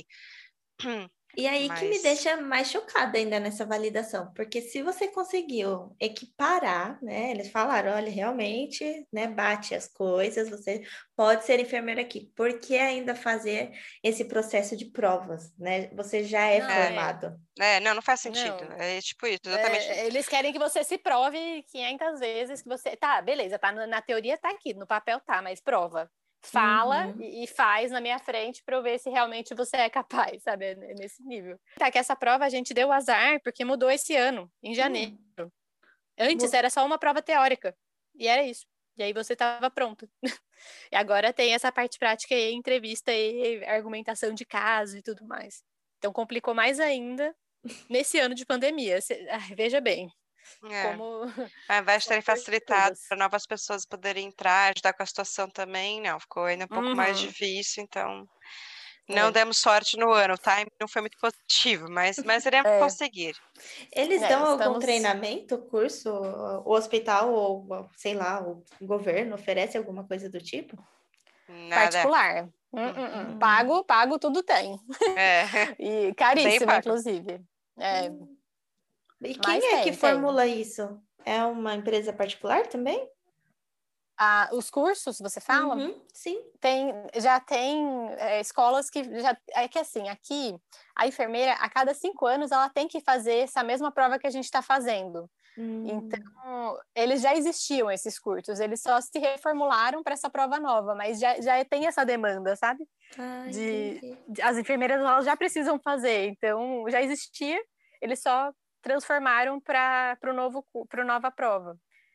E aí que me Mas, deixa mais chocada ainda nessa validação, porque se você conseguiu equiparar, né? Eles falaram, olha, realmente, né, bate as coisas, você pode ser enfermeira aqui. Por que ainda fazer esse processo de provas, né? Você já é Não, é. formado. não faz sentido. Não. É tipo isso, exatamente. Eles querem que você se prove 500 vezes que você. Tá, beleza, tá na teoria tá aqui, no papel tá, mas prova. Fala Uhum, e faz na minha frente para eu ver se realmente você é capaz, sabe? É nesse nível. Tá, que essa prova a gente deu azar porque mudou esse ano, em janeiro. hum, Antes mu- era só uma prova teórica. E era isso. E aí você estava pronto. E agora tem essa parte prática e entrevista e argumentação de caso e tudo mais. Então complicou mais ainda nesse ano de pandemia. Veja bem, É. como Ao invés de são terem coisas facilitado todas. para novas pessoas poderem entrar, ajudar com a situação também, não, ficou ainda um pouco mais Uhum, difícil, então não é, demos sorte no ano, o time não foi muito positivo, mas iremos é, conseguir. Eles dão algum estamos treinamento, curso, o hospital ou, sei lá, o governo oferece alguma coisa do tipo? Nada. particular. Hum, Hum, Pago, tudo tem. É, E bem caríssimo, pago. inclusive. É, hum. E mas quem é que tem. formula isso? É uma empresa particular também? Ah, os cursos, você fala? Uhum, sim. Já tem escolas que já. É que assim, aqui, a enfermeira, a cada 5 anos, ela tem que fazer essa mesma prova que a gente está fazendo. Então, Hum. eles já existiam, esses cursos, eles só se reformularam para essa prova nova, mas já tem essa demanda, sabe? Ah, entendi. As enfermeiras elas já precisam fazer, então já existia, eles só transformaram para nova prova.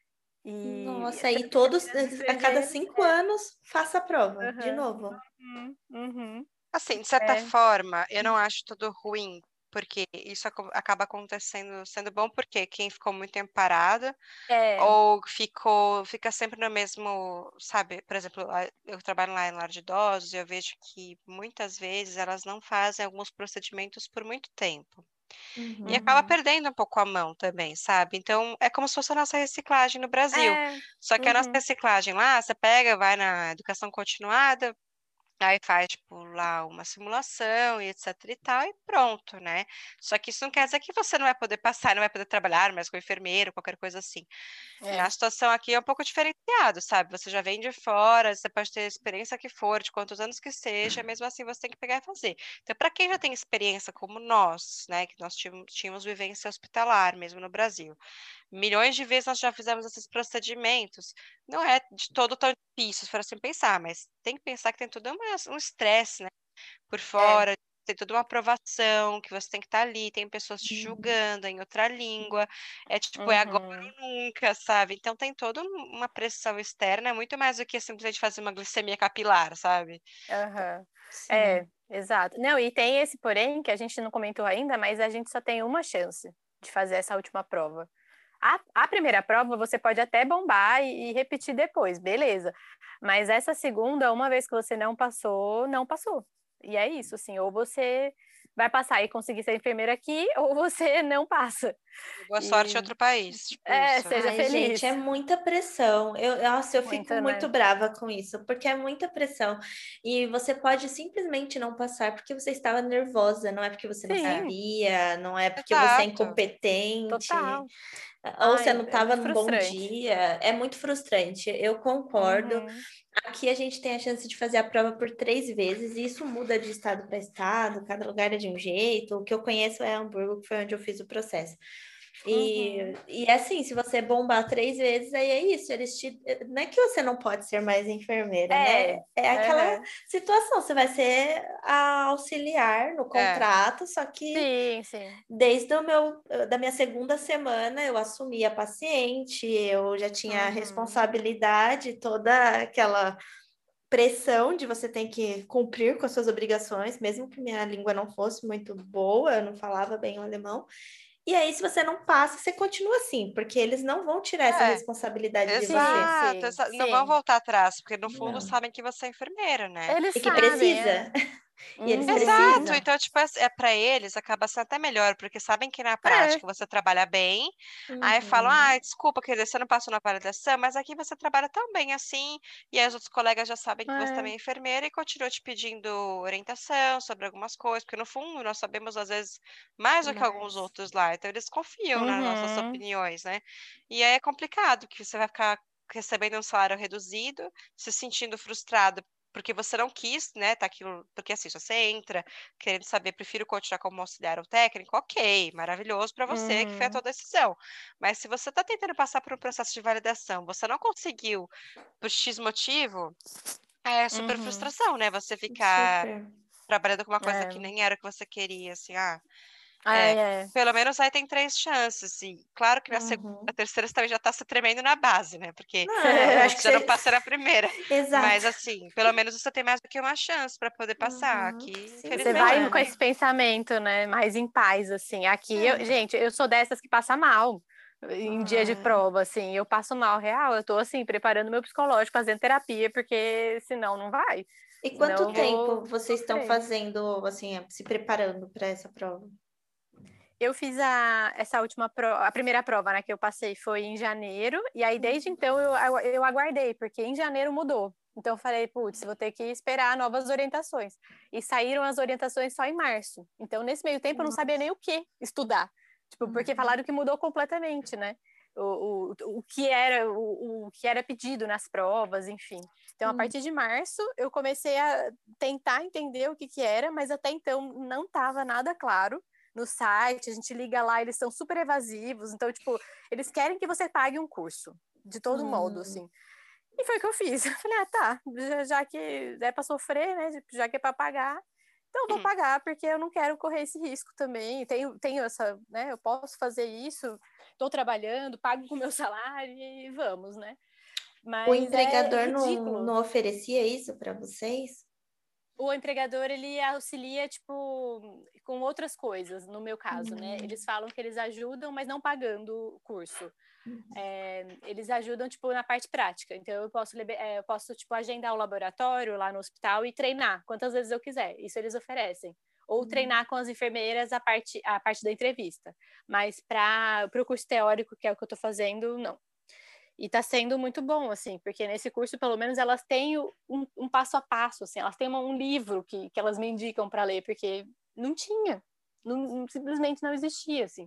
E Nossa, para aí todos, enfermeiras a cada estrangeiras, 5 anos, faça a prova, de aham, novo. uhum, Assim, de certa é, forma, eu não acho tudo ruim, porque isso acaba acontecendo, sendo bom porque quem ficou muito tempo parado é, ou fica sempre no mesmo, sabe? Por exemplo, eu trabalho lá em lar de idosos e eu vejo que muitas vezes elas não fazem alguns procedimentos por muito tempo. E Uhum. acaba uhum, perdendo um pouco a mão também, sabe? Então, é como se fosse a nossa reciclagem no Brasil. é, Só que a nossa uhum, reciclagem lá, você pega, vai na educação continuada, aí faz, tipo, lá uma simulação e etc e tal, e pronto, né? Só que isso não quer dizer que você não vai poder passar, não vai poder trabalhar mais com enfermeiro, qualquer coisa assim. Na é, situação aqui é um pouco diferenciado, sabe? Você já vem de fora, você pode ter a experiência que for, de quantos anos que seja, mesmo assim você tem que pegar e fazer. Então, para quem já tem experiência como nós, né, que nós tínhamos vivência hospitalar mesmo no Brasil, milhões de vezes nós já fizemos esses procedimentos, não é de todo tão difícil, se for assim pensar, mas tem que pensar que tem tudo um estresse, né? Por é, fora, tem toda uma aprovação, que você tem que estar ali, tem pessoas te Uhum. julgando em outra língua, é tipo, é agora uhum, ou nunca, sabe? Então tem toda uma pressão externa, muito mais do que simplesmente fazer uma glicemia capilar, sabe? aham. Sim. Exato. Não, e tem esse porém que a gente não comentou ainda, mas a gente só tem uma chance de fazer essa última prova. A primeira prova você pode até bombar e repetir depois, beleza. Mas essa segunda, uma vez que você não passou, não passou. E é isso, assim, ou você vai passar e conseguir ser enfermeira aqui, ou você não passa. Boa sorte em outro país, tipo isso. Seja Ai, feliz. gente, é muita pressão. Nossa, eu fico Muita, né? muito brava com isso, porque é muita pressão. E você pode simplesmente não passar porque você estava nervosa, não é porque você não Sim, sabia, não é porque você é Exato. incompetente, total. ou Ai, você não é estava muito num bom frustrante. dia. É muito frustrante. Eu concordo. Uhum. Aqui a gente tem a chance de fazer a prova por 3 vezes, e isso muda de estado para estado, cada lugar é de um jeito. O que eu conheço é Hamburgo, que foi onde eu fiz o processo. Uhum. E assim, se você bombar 3 vezes, aí é isso. Não é que você não pode ser mais enfermeira, né? É aquela Uhum. situação. Você vai ser a auxiliar no É. contrato, só que Sim, sim. desde da minha segunda semana eu assumi a paciente, eu já tinha a Uhum. responsabilidade, toda aquela pressão de você ter que cumprir com as suas obrigações, mesmo que minha língua não fosse muito boa, eu não falava bem o alemão. E aí, se você não passa, você continua assim, porque eles não vão tirar essa É. responsabilidade de você. Sim, Exato, sim, não vão sim. voltar atrás, porque no fundo Não. sabem que você é enfermeira, né? Eles E que sabem, precisa. é. E eles Exato, precisam. Uhum. então, tipo, para eles acaba sendo até melhor, porque sabem que na É. prática você trabalha bem, aí falam, Uhum. ah, desculpa, querida, você não passou na validação, mas aqui você trabalha tão bem assim, e aí os outros colegas já sabem que você É. também é enfermeira e continuam te pedindo orientação sobre algumas coisas, porque no fundo nós sabemos, às vezes, mais do que alguns Mas. outros lá, então eles confiam nas nossas Uhum. opiniões, né? E aí é complicado, que você vai ficar recebendo um salário reduzido, se sentindo frustrado porque você não quis, né, tá aquilo, porque assim, se você entra querendo saber, prefiro continuar como auxiliar ou técnico, ok, maravilhoso para você que fez a tua Uhum. decisão. Mas se você está tentando passar por um processo de validação, você não conseguiu por X motivo, é super Uhum. frustração, né? Você ficar Super. trabalhando com uma coisa que É. nem era o que você queria, assim, Ai, é. pelo menos aí tem 3 chances, e claro que a Uhum. terceira você também já tá se tremendo na base, né? Porque Não, eu acho que putz, eu não você. passei na primeira. Exato. Mas assim, pelo menos você tem mais do que uma chance para poder passar. Uhum. Aqui, Sim, Você não infelizmente, vai não com é. esse pensamento, né? Mais em paz, assim. Aqui, É. gente, eu sou dessas que passa mal em dia de Ai. prova, assim. Eu passo mal real. Eu tô, assim, preparando meu psicológico, fazendo terapia, porque senão não vai. E Senão quanto eu tempo vou vocês estão sofrer. fazendo, assim, se preparando para essa prova? Eu fiz essa última prova, a primeira prova, né, que eu passei foi em janeiro, e aí desde então eu aguardei, porque em janeiro mudou. Então eu falei, putz, vou ter que esperar novas orientações. E saíram as orientações só em março. Então, nesse meio tempo, eu não sabia nem Nossa. o que estudar. Tipo, porque Uhum. falaram que mudou completamente, né? O que era pedido nas provas, enfim. Então, a Hum. partir de março, eu comecei a tentar entender o que era, mas até então não estava nada claro no site, a gente liga lá, eles são super evasivos, então, tipo, eles querem que você pague um curso, de todo modo, Hum. assim. E foi o que eu fiz. Eu falei, tá, já que é pra sofrer, né, já que é pra pagar, então eu vou pagar, porque eu não quero correr esse risco também. Tenho essa, né, eu posso fazer isso, tô trabalhando, pago com o meu salário e vamos, né. O Mas é empregador não ridículo. oferecia isso para vocês? O empregador, ele auxilia, tipo, com outras coisas, no meu caso, né? Hum. Eles falam que eles ajudam, mas não pagando o curso. Uhum. Eles ajudam, tipo, na parte prática. Então, eu posso, tipo, agendar o laboratório lá no hospital e treinar quantas vezes eu quiser. Isso eles oferecem. Ou treinar com as enfermeiras a parte da entrevista. Mas para o curso teórico, que é o que eu estou fazendo, não. E tá sendo muito bom, assim, porque nesse curso, pelo menos, elas têm um passo a passo, assim, elas têm um livro que elas me indicam para ler, porque não tinha, simplesmente não existia, assim,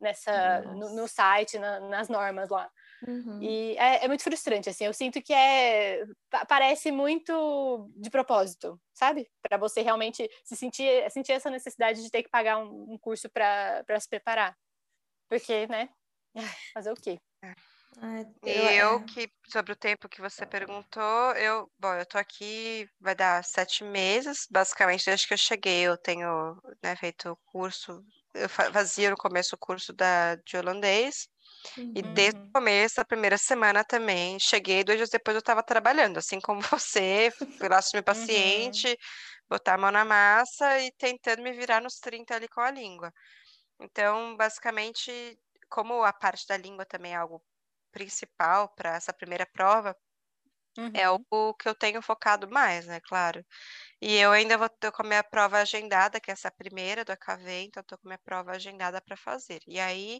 no Nossa. site, nas normas lá. Uhum. E é muito frustrante, assim, eu sinto que parece muito de propósito, sabe? Para você realmente sentir essa necessidade de ter que pagar um curso para se preparar. Porque, né? Fazer o quê? Ai, E eu que, sobre o tempo que você perguntou, bom, eu tô aqui, vai dar 7 meses, basicamente, desde que eu cheguei, eu tenho, né, feito o curso, eu fazia no começo o curso de holandês, e Uhum. desde o Uhum, começo, a primeira semana também, cheguei, 2 dias depois eu estava trabalhando, assim como você, fui lá assumir uhum, paciente, botar a mão na massa e tentando me virar nos 30 ali com a língua. Então, basicamente, como a parte da língua também é algo principal para essa primeira prova, É Uhum. o que eu tenho focado mais, né, claro. E eu ainda vou ter com a minha prova agendada, que é essa primeira do AKV, então eu tô com a minha prova agendada para fazer. E aí,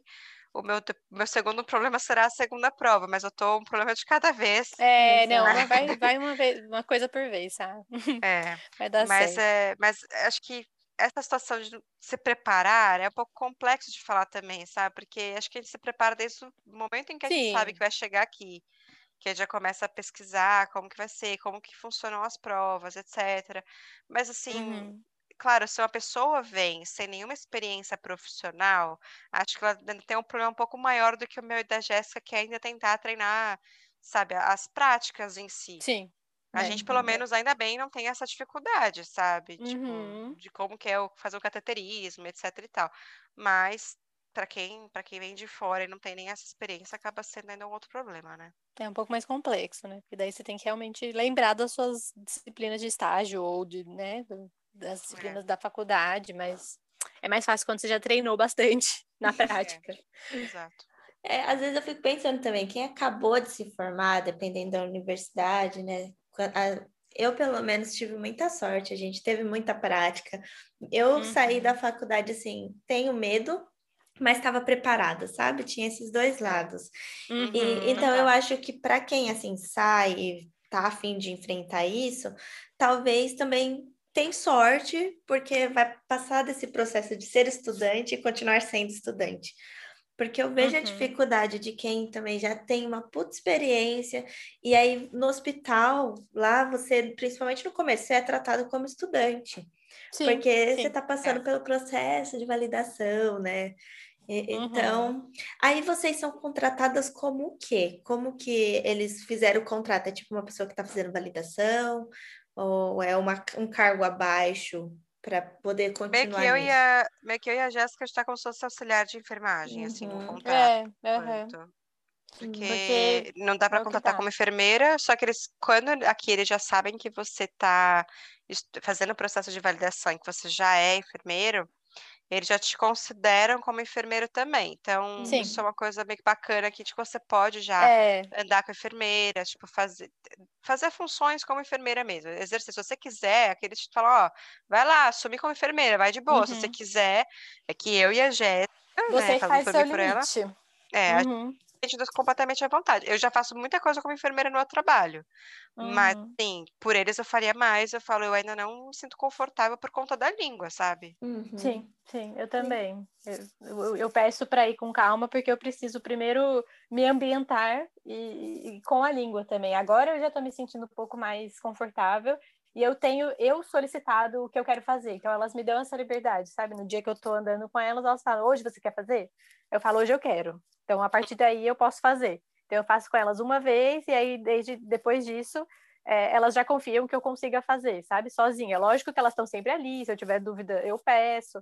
meu segundo problema será a segunda prova, mas eu tô um problema de cada vez. Não, Exato. vai uma vez, uma coisa por vez, sabe? É, Vai dar certo. mas acho que essa situação de se preparar é um pouco complexo de falar também, sabe? Porque acho que a gente se prepara desde o momento em que a gente sabe que Sim. vai chegar aqui, que a gente já começa a pesquisar como que vai ser, como que funcionam as provas, etc. Mas assim, Uhum. claro, se uma pessoa vem sem nenhuma experiência profissional, acho que ela ainda tem um problema um pouco maior do que o meu e da Jéssica, que é ainda tentar treinar, sabe, as práticas em si. Sim. A É. gente, pelo Uhum. menos, ainda bem, não tem essa dificuldade, sabe? Tipo, Uhum. de como que é fazer o cateterismo, etc e tal. Mas, para quem vem de fora e não tem nem essa experiência, acaba sendo ainda um outro problema, né? É um pouco mais complexo, né? Porque daí você tem que realmente lembrar das suas disciplinas de estágio ou de, né, das É, disciplinas da faculdade, mas é mais fácil quando você já treinou bastante na é, prática. exato. Às vezes eu fico pensando também, quem acabou de se formar, dependendo da universidade, né? Eu, pelo menos, tive muita sorte, a gente teve muita prática. Eu saí da Uhum. faculdade, assim, tenho medo, mas estava preparada, sabe? Tinha esses dois É. lados. E Uhum. então eu Total. acho que para quem assim sai e tá a fim de enfrentar isso, talvez também tem sorte, porque vai passar desse processo de ser estudante e continuar sendo estudante. Porque eu vejo a Uhum. dificuldade de quem também já tem uma puta experiência, e aí no hospital, lá você, principalmente no começo, você é tratado como estudante, Sim, porque você sim. está É. passando pelo processo de validação, né? Uhum. Então, aí vocês são contratadas como o quê? Como que eles fizeram o contrato? É tipo uma pessoa que está fazendo validação, ou é um cargo abaixo para poder continuar nisso? Meio que eu e a Jéssica está como se fosse auxiliar de enfermagem, assim, no Uhum, contrato, por Aham. enquanto. Porque Porque não dá para é o que contratar como dá. enfermeira, só que quando aqui eles já sabem que você está fazendo o processo de validação e que você já é enfermeiro, eles já te consideram como enfermeiro também. Então, isso Sim. é uma coisa bem bacana que, tipo, você pode já É. andar com a enfermeira, tipo, fazer funções como enfermeira mesmo. Exercer, se você quiser, aqui eles te falam, ó, vai lá, assumir como enfermeira, vai de boa. Se você Uhum. quiser, é que eu e a Jéssica, né, Você que caso não faz for seu bem por ela, limite. a Uhum. gente completamente à vontade. Eu já faço muita coisa como enfermeira no meu trabalho, mas, Uhum. assim, por eles eu faria mais. Eu falo, eu ainda não me sinto confortável por conta da língua, sabe? Sim, uhum, sim, eu sim. também. Eu peço para ir com calma, porque eu preciso primeiro me ambientar e com a língua também. Agora eu já estou me sentindo um pouco mais confortável e eu tenho eu solicitado o que eu quero fazer. Então elas me dão essa liberdade, sabe? No dia que eu estou andando com elas falam: hoje você quer fazer? Eu falo: hoje eu quero. Então a partir daí eu posso fazer. Então eu faço com elas uma vez e aí desde depois disso elas já confiam que eu consiga fazer, sabe? Sozinha. Lógico que elas estão sempre ali, se eu tiver dúvida, eu peço,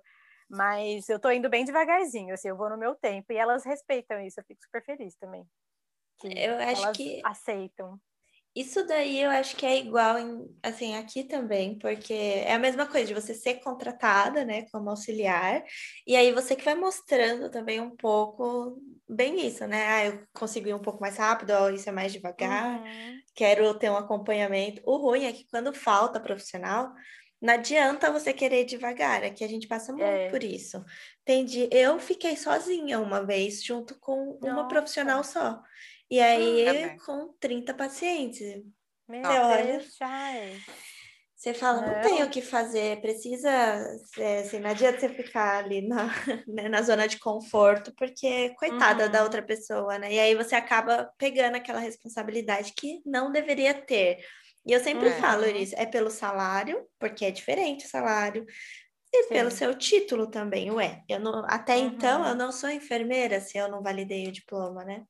mas eu tô indo bem devagarzinho, assim, eu vou no meu tempo e elas respeitam isso, eu fico super feliz também, que Eu acho elas que aceitam. isso daí eu acho que é igual assim, aqui também, porque é a mesma coisa de você ser contratada, né, como auxiliar, e aí você que vai mostrando também um pouco bem isso, né? Ah, eu consigo ir um pouco mais rápido, ó, isso é mais devagar, Uhum. quero ter um acompanhamento. O ruim é que quando falta profissional, não adianta você querer ir devagar, aqui a gente passa muito É. por isso. Entendi. Eu fiquei sozinha uma vez, junto com uma profissional Nossa, só. E aí, Também. com 30 pacientes. Você meu Nossa. olha, Deus, Chay. você fala, não tem o Não. que fazer, precisa, assim, não adianta você ficar ali na, né, na zona de conforto, porque coitada da outra Uhum. pessoa, né? E aí você acaba pegando aquela responsabilidade que não deveria ter. E eu sempre É. falo Uhum. isso, é pelo salário, porque é diferente o salário, e pelo Sim. seu título também, ué. Eu não, até então eu Uhum. não sou enfermeira se eu não validei o diploma, né?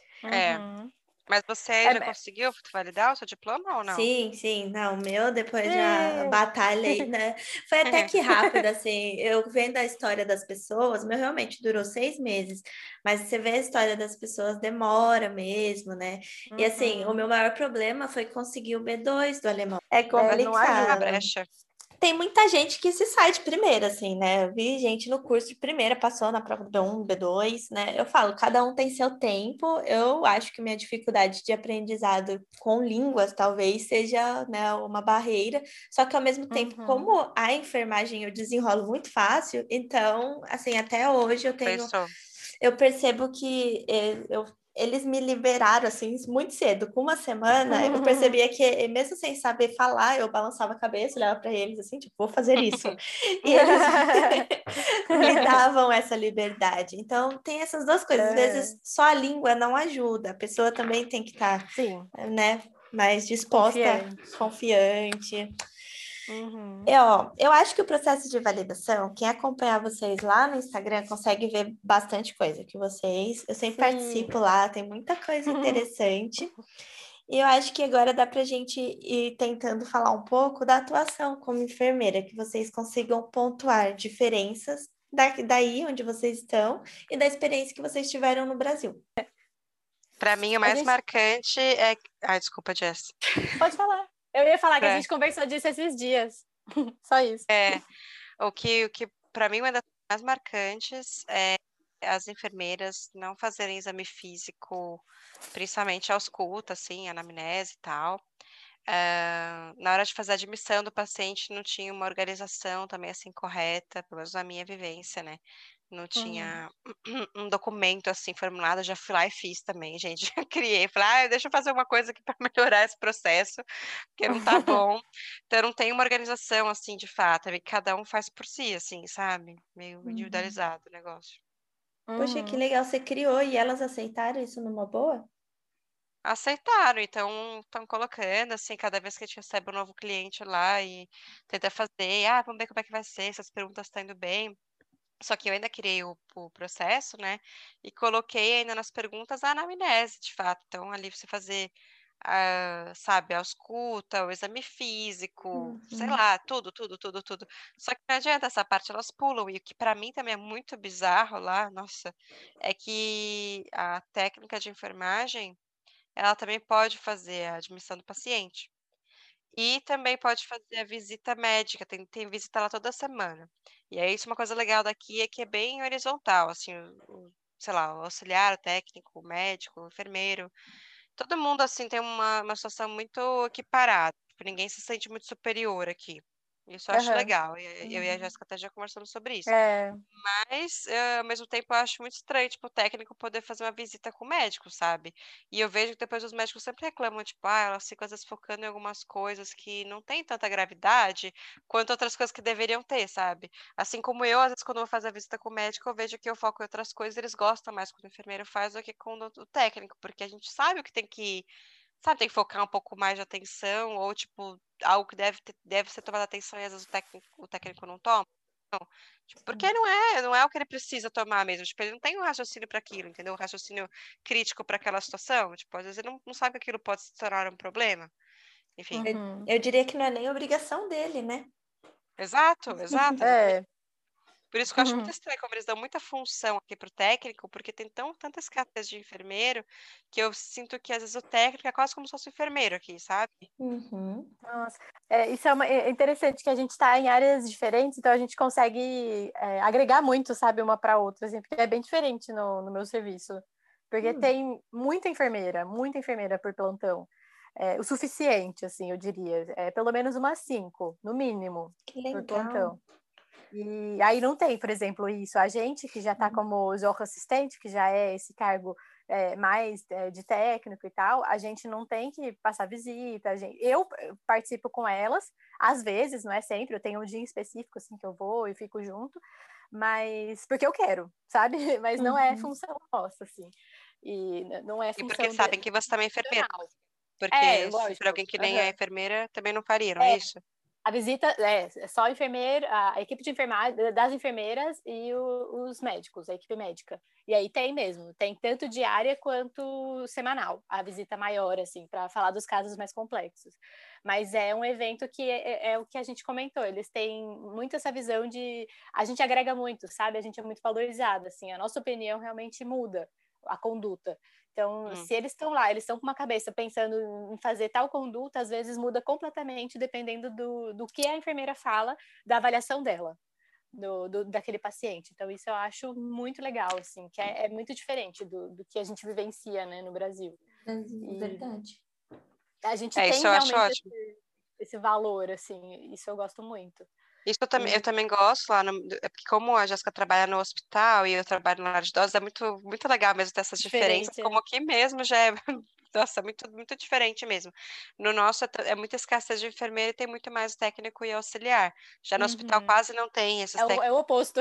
É. Uhum. Mas você já É, conseguiu validar o seu diploma ou não? Sim, sim, não, meu, depois de uma é... batalha aí, né? Foi até que rápido, assim, eu vendo a história das pessoas, meu realmente durou 6 meses, mas você vê a história das pessoas, demora mesmo, né? E assim, o Uhum. meu maior problema foi conseguir o B2 do alemão. É É, não Tem uma ajuda. complicado. brecha. tem muita gente que se sai de primeira, assim, né? Eu vi gente no curso de primeira, passou na prova do B1, B2, né? Eu falo, cada um tem seu tempo. Eu acho que minha dificuldade de aprendizado com línguas talvez seja, né, uma barreira. Só que ao mesmo tempo, como a enfermagem eu desenrolo muito fácil, então, assim, até hoje Pensou. eu percebo que eles me liberaram assim muito cedo. Com uma semana, eu percebia que, mesmo sem saber falar, eu balançava a cabeça, olhava para eles assim, tipo, vou fazer isso. E eles me davam essa liberdade. Então, tem essas duas coisas. Às vezes, só a língua não ajuda. A pessoa também tem que estar, Sim. né, mais disposta, confiante. Eu acho que o processo de validação, quem acompanhar vocês lá no Instagram consegue ver bastante coisa que vocês. Eu sempre participo lá, tem muita coisa interessante. E eu acho que agora dá para a gente ir tentando falar um pouco da atuação como enfermeira, que vocês consigam pontuar diferenças daí onde vocês estão e da experiência que vocês tiveram no Brasil. Para mim, o mais marcante é. Ai, desculpa, Jess. Pode falar. Eu ia falar que a gente conversou disso esses dias. Só isso. O que para mim, uma das mais marcantes é as enfermeiras não fazerem exame físico, principalmente ausculta, assim, anamnese e tal. Na hora de fazer a admissão do paciente, não tinha uma organização também assim correta, pelo menos na minha vivência, né? Não tinha um documento assim formulado, eu já fui lá e fiz também, gente. Eu criei, falei, deixa eu fazer uma coisa aqui para melhorar esse processo, porque não tá bom. Então não tem uma organização assim de fato, cada um faz por si, assim, sabe? Meio individualizado o negócio. Poxa, que legal, você criou e elas aceitaram isso numa boa? Aceitaram, então estão colocando, assim, cada vez que a gente recebe um novo cliente lá e tenta fazer, vamos ver como é que vai ser, se as perguntas estão indo bem. Só que eu ainda criei o processo, né? E coloquei ainda nas perguntas a anamnese, de fato. Então, ali você fazer, sabe, a ausculta, o exame físico, sei lá, tudo, tudo, tudo, tudo. Só que não adianta, essa parte elas pulam. E o que para mim também é muito bizarro lá, nossa, é que a técnica de enfermagem ela também pode fazer a admissão do paciente. E também pode fazer a visita médica, tem visita lá toda semana. E aí, isso é uma coisa legal daqui, é que é bem horizontal, assim, sei lá, o auxiliar, o técnico, o médico, o enfermeiro, todo mundo, assim, tem uma situação muito equiparada, tipo, ninguém se sente muito superior aqui. Isso eu acho legal, eu e a Jéssica até já conversamos sobre isso. Mas, ao mesmo tempo, eu acho muito estranho, tipo, o técnico poder fazer uma visita com o médico, sabe? E eu vejo que depois os médicos sempre reclamam, tipo, elas ficam às vezes focando em algumas coisas que não tem tanta gravidade quanto outras coisas que deveriam ter, sabe? Assim como eu, às vezes, quando eu vou fazer a visita com o médico, eu vejo que eu foco em outras coisas, eles gostam mais quando o enfermeiro faz do que com o técnico, porque a gente sabe o que tem que, sabe, tem que focar um pouco mais de atenção, ou, tipo, algo que deve ser tomado atenção e às vezes o técnico não toma. Tipo, porque não é o que ele precisa tomar mesmo. Tipo, ele não tem um raciocínio para aquilo, entendeu? Um raciocínio crítico para aquela situação. Tipo, às vezes ele não sabe que aquilo pode se tornar um problema. Enfim. Eu diria que não é nem obrigação dele, né? Exato, exatamente. Por isso que eu acho muito estranho como eles dão muita função aqui pro técnico, porque tem tantas cartas de enfermeiro que eu sinto que às vezes o técnico é quase como se fosse um enfermeiro aqui, sabe? Nossa, isso é interessante que a gente está em áreas diferentes, então a gente consegue agregar muito, sabe, uma para outra, assim, porque é bem diferente no meu serviço, porque tem muita enfermeira por plantão, o suficiente, assim, eu diria, pelo menos umas 5, no mínimo, por plantão. E aí não tem, por exemplo, isso. A gente que já está como zorro assistente, que já é esse cargo mais de técnico e tal, a gente não tem que passar visita. Eu participo com elas, às vezes, não é sempre, eu tenho um dia específico assim que eu vou e fico junto, mas porque eu quero, sabe? Mas não é função nossa, assim. E não é função. E porque sabem que você também é enfermeira. Porque se for alguém que nem é enfermeira, também não faria, não é isso? A visita é só a equipe de enfermagem, das enfermeiras e os médicos, a equipe médica. E aí tem tanto diária quanto semanal, a visita maior, assim, para falar dos casos mais complexos. Mas é um evento que é o que a gente comentou, eles têm muito essa visão de... A gente agrega muito, sabe? A gente é muito valorizado, assim, a nossa opinião realmente muda a conduta. Então, se eles estão lá, eles estão com uma cabeça pensando em fazer tal conduta, às vezes muda completamente dependendo do que a enfermeira fala, da avaliação dela, daquele paciente. Então, isso eu acho muito legal, assim, que é muito diferente do que a gente vivencia, né, no Brasil. Verdade. A gente Isso tem eu acho realmente ótimo. esse valor, assim, isso eu gosto muito. Isso eu também gosto lá, porque como a Jéssica trabalha no hospital e eu trabalho na área de idosos, é muito, muito legal mesmo ter essas diferenças, como aqui mesmo já é, nossa, muito, muito diferente mesmo. No nosso é muita escassez de enfermeiro e tem muito mais técnico e auxiliar. Já no hospital quase não tem esses É técnicos. o oposto.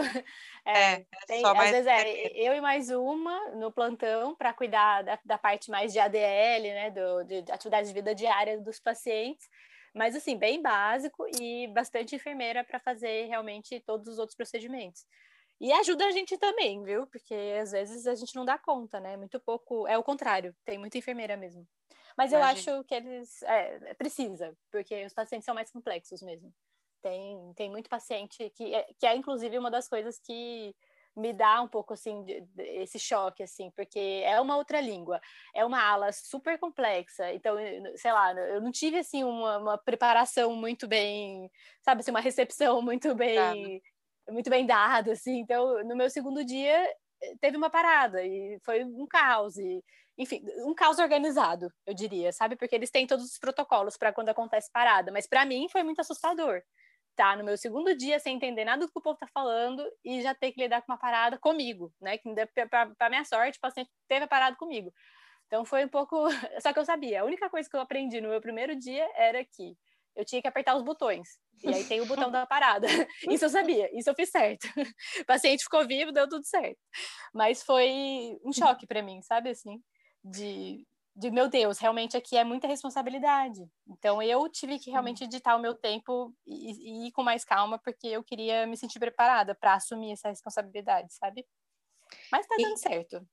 Só Às mais vezes eu e mais uma no plantão para cuidar da parte mais de ADL, né, de atividade de vida diária dos pacientes, mas assim, bem básico e bastante enfermeira para fazer realmente todos os outros procedimentos. E ajuda a gente também, viu? Porque às vezes a gente não dá conta, né? Muito pouco, é o contrário, tem muita enfermeira mesmo. Mas eu acho que eles precisa, porque os pacientes são mais complexos mesmo. Tem muito paciente que é inclusive uma das coisas que me dá um pouco assim esse choque, assim, porque é uma outra língua, é uma ala super complexa, então, sei lá, eu não tive assim uma preparação muito bem, sabe, assim, uma recepção muito bem dada, assim, então no meu segundo dia teve uma parada e foi um caos e enfim, um caos organizado, eu diria, sabe? Porque eles têm todos os protocolos para quando acontece parada, mas para mim foi muito assustador. Tá, no meu segundo dia, sem entender nada do que o povo tá falando e já ter que lidar com uma parada comigo, né? Que para minha sorte, o paciente teve a parada comigo. Então foi um pouco. Só que eu sabia, a única coisa que eu aprendi no meu primeiro dia era que eu tinha que apertar os botões. E aí tem o botão da parada. Isso eu sabia, isso eu fiz certo. O paciente ficou vivo, deu tudo certo. Mas foi um choque para mim, sabe assim? De meu Deus, realmente aqui é muita responsabilidade. Então eu tive que realmente editar o meu tempo e ir com mais calma, porque eu queria me sentir preparada para assumir essa responsabilidade, sabe? Mas tá dando certo.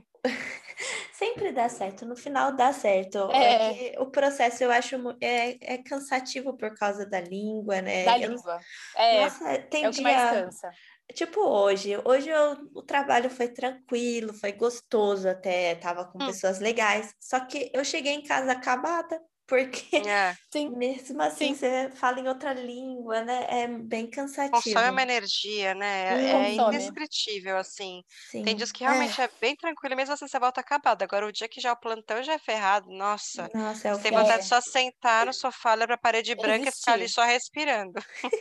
Sempre dá certo, no final dá certo. É que o processo eu acho é cansativo por causa da língua, né? Da língua. Nossa, tem é o que mais dia. cansa. Tipo hoje. Hoje o trabalho foi tranquilo, foi gostoso até, tava com pessoas legais. Só que eu cheguei em casa acabada, porque Sim. mesmo assim você fala em outra língua, né? É bem cansativo. Consome uma energia, né? É indescritível, assim. Sim. Tem dias que realmente é bem tranquilo, e mesmo assim você volta acabada. Agora, o dia que já o plantão já é ferrado, nossa. Nossa, você tem vontade de só sentar no sofá, olhar pra parede branca e ficar ali só respirando.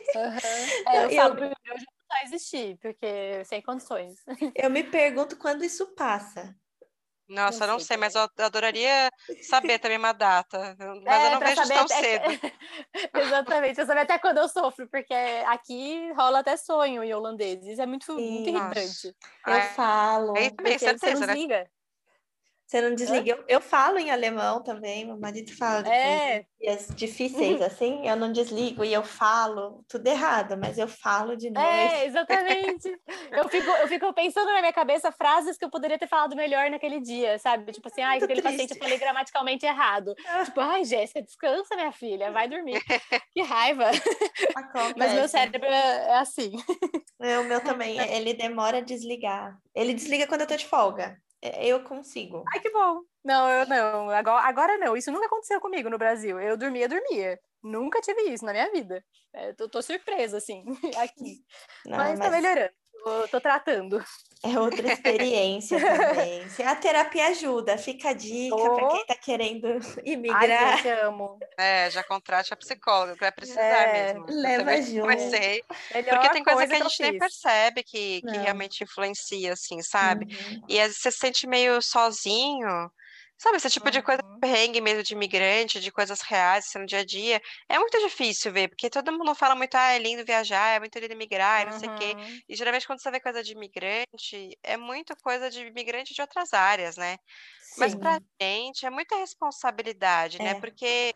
Eu falo pro meu já não vai existir, porque sem condições. Eu me pergunto quando isso passa. Nossa, não sei, mas eu adoraria saber também uma data. Mas eu não vejo tão cedo. Exatamente, eu saber até quando eu sofro, porque aqui rola até sonho em holandês. Isso é muito irritante. Eu falo. Aí também, porque você não certeza, né? desliga. Você não desliga. Eu falo em alemão também. Meu marido fala em dias difíceis assim, eu não desligo e eu falo tudo errado, mas eu falo de noite. Exatamente. Eu fico pensando na minha cabeça frases que eu poderia ter falado melhor naquele dia, sabe? Tipo assim, ai, aquele paciente eu falei gramaticalmente errado. Tipo, ai, Jéssica, descansa, minha filha, vai dormir. Que raiva. Acontece. Mas meu cérebro é assim. O meu também, ele demora a desligar. Ele desliga quando eu tô de folga. Eu consigo. Ai, que bom. Não, eu não. Agora não. Isso nunca aconteceu comigo no Brasil. Eu dormia. Nunca tive isso na minha vida. Tô surpresa, assim, aqui. Não, mas tá melhorando. Tô tratando. É outra experiência também. A terapia ajuda. Fica a dica para quem tá querendo imigrar. Ai, gente, amo. Já contrate a psicóloga, que vai precisar mesmo. Leva junto. Comecei. Porque tem coisa que a gente nem percebe que realmente influencia, assim, sabe? E às vezes você se sente meio sozinho. Sabe, esse tipo de coisa, perrengue mesmo de imigrante, de coisas reais, assim, no dia a dia, é muito difícil ver, porque todo mundo fala muito, é lindo viajar, é muito lindo migrar, não sei o quê. E geralmente quando você vê coisa de imigrante, é muito coisa de imigrante de outras áreas, né? Mas pra gente é muita responsabilidade, né? Porque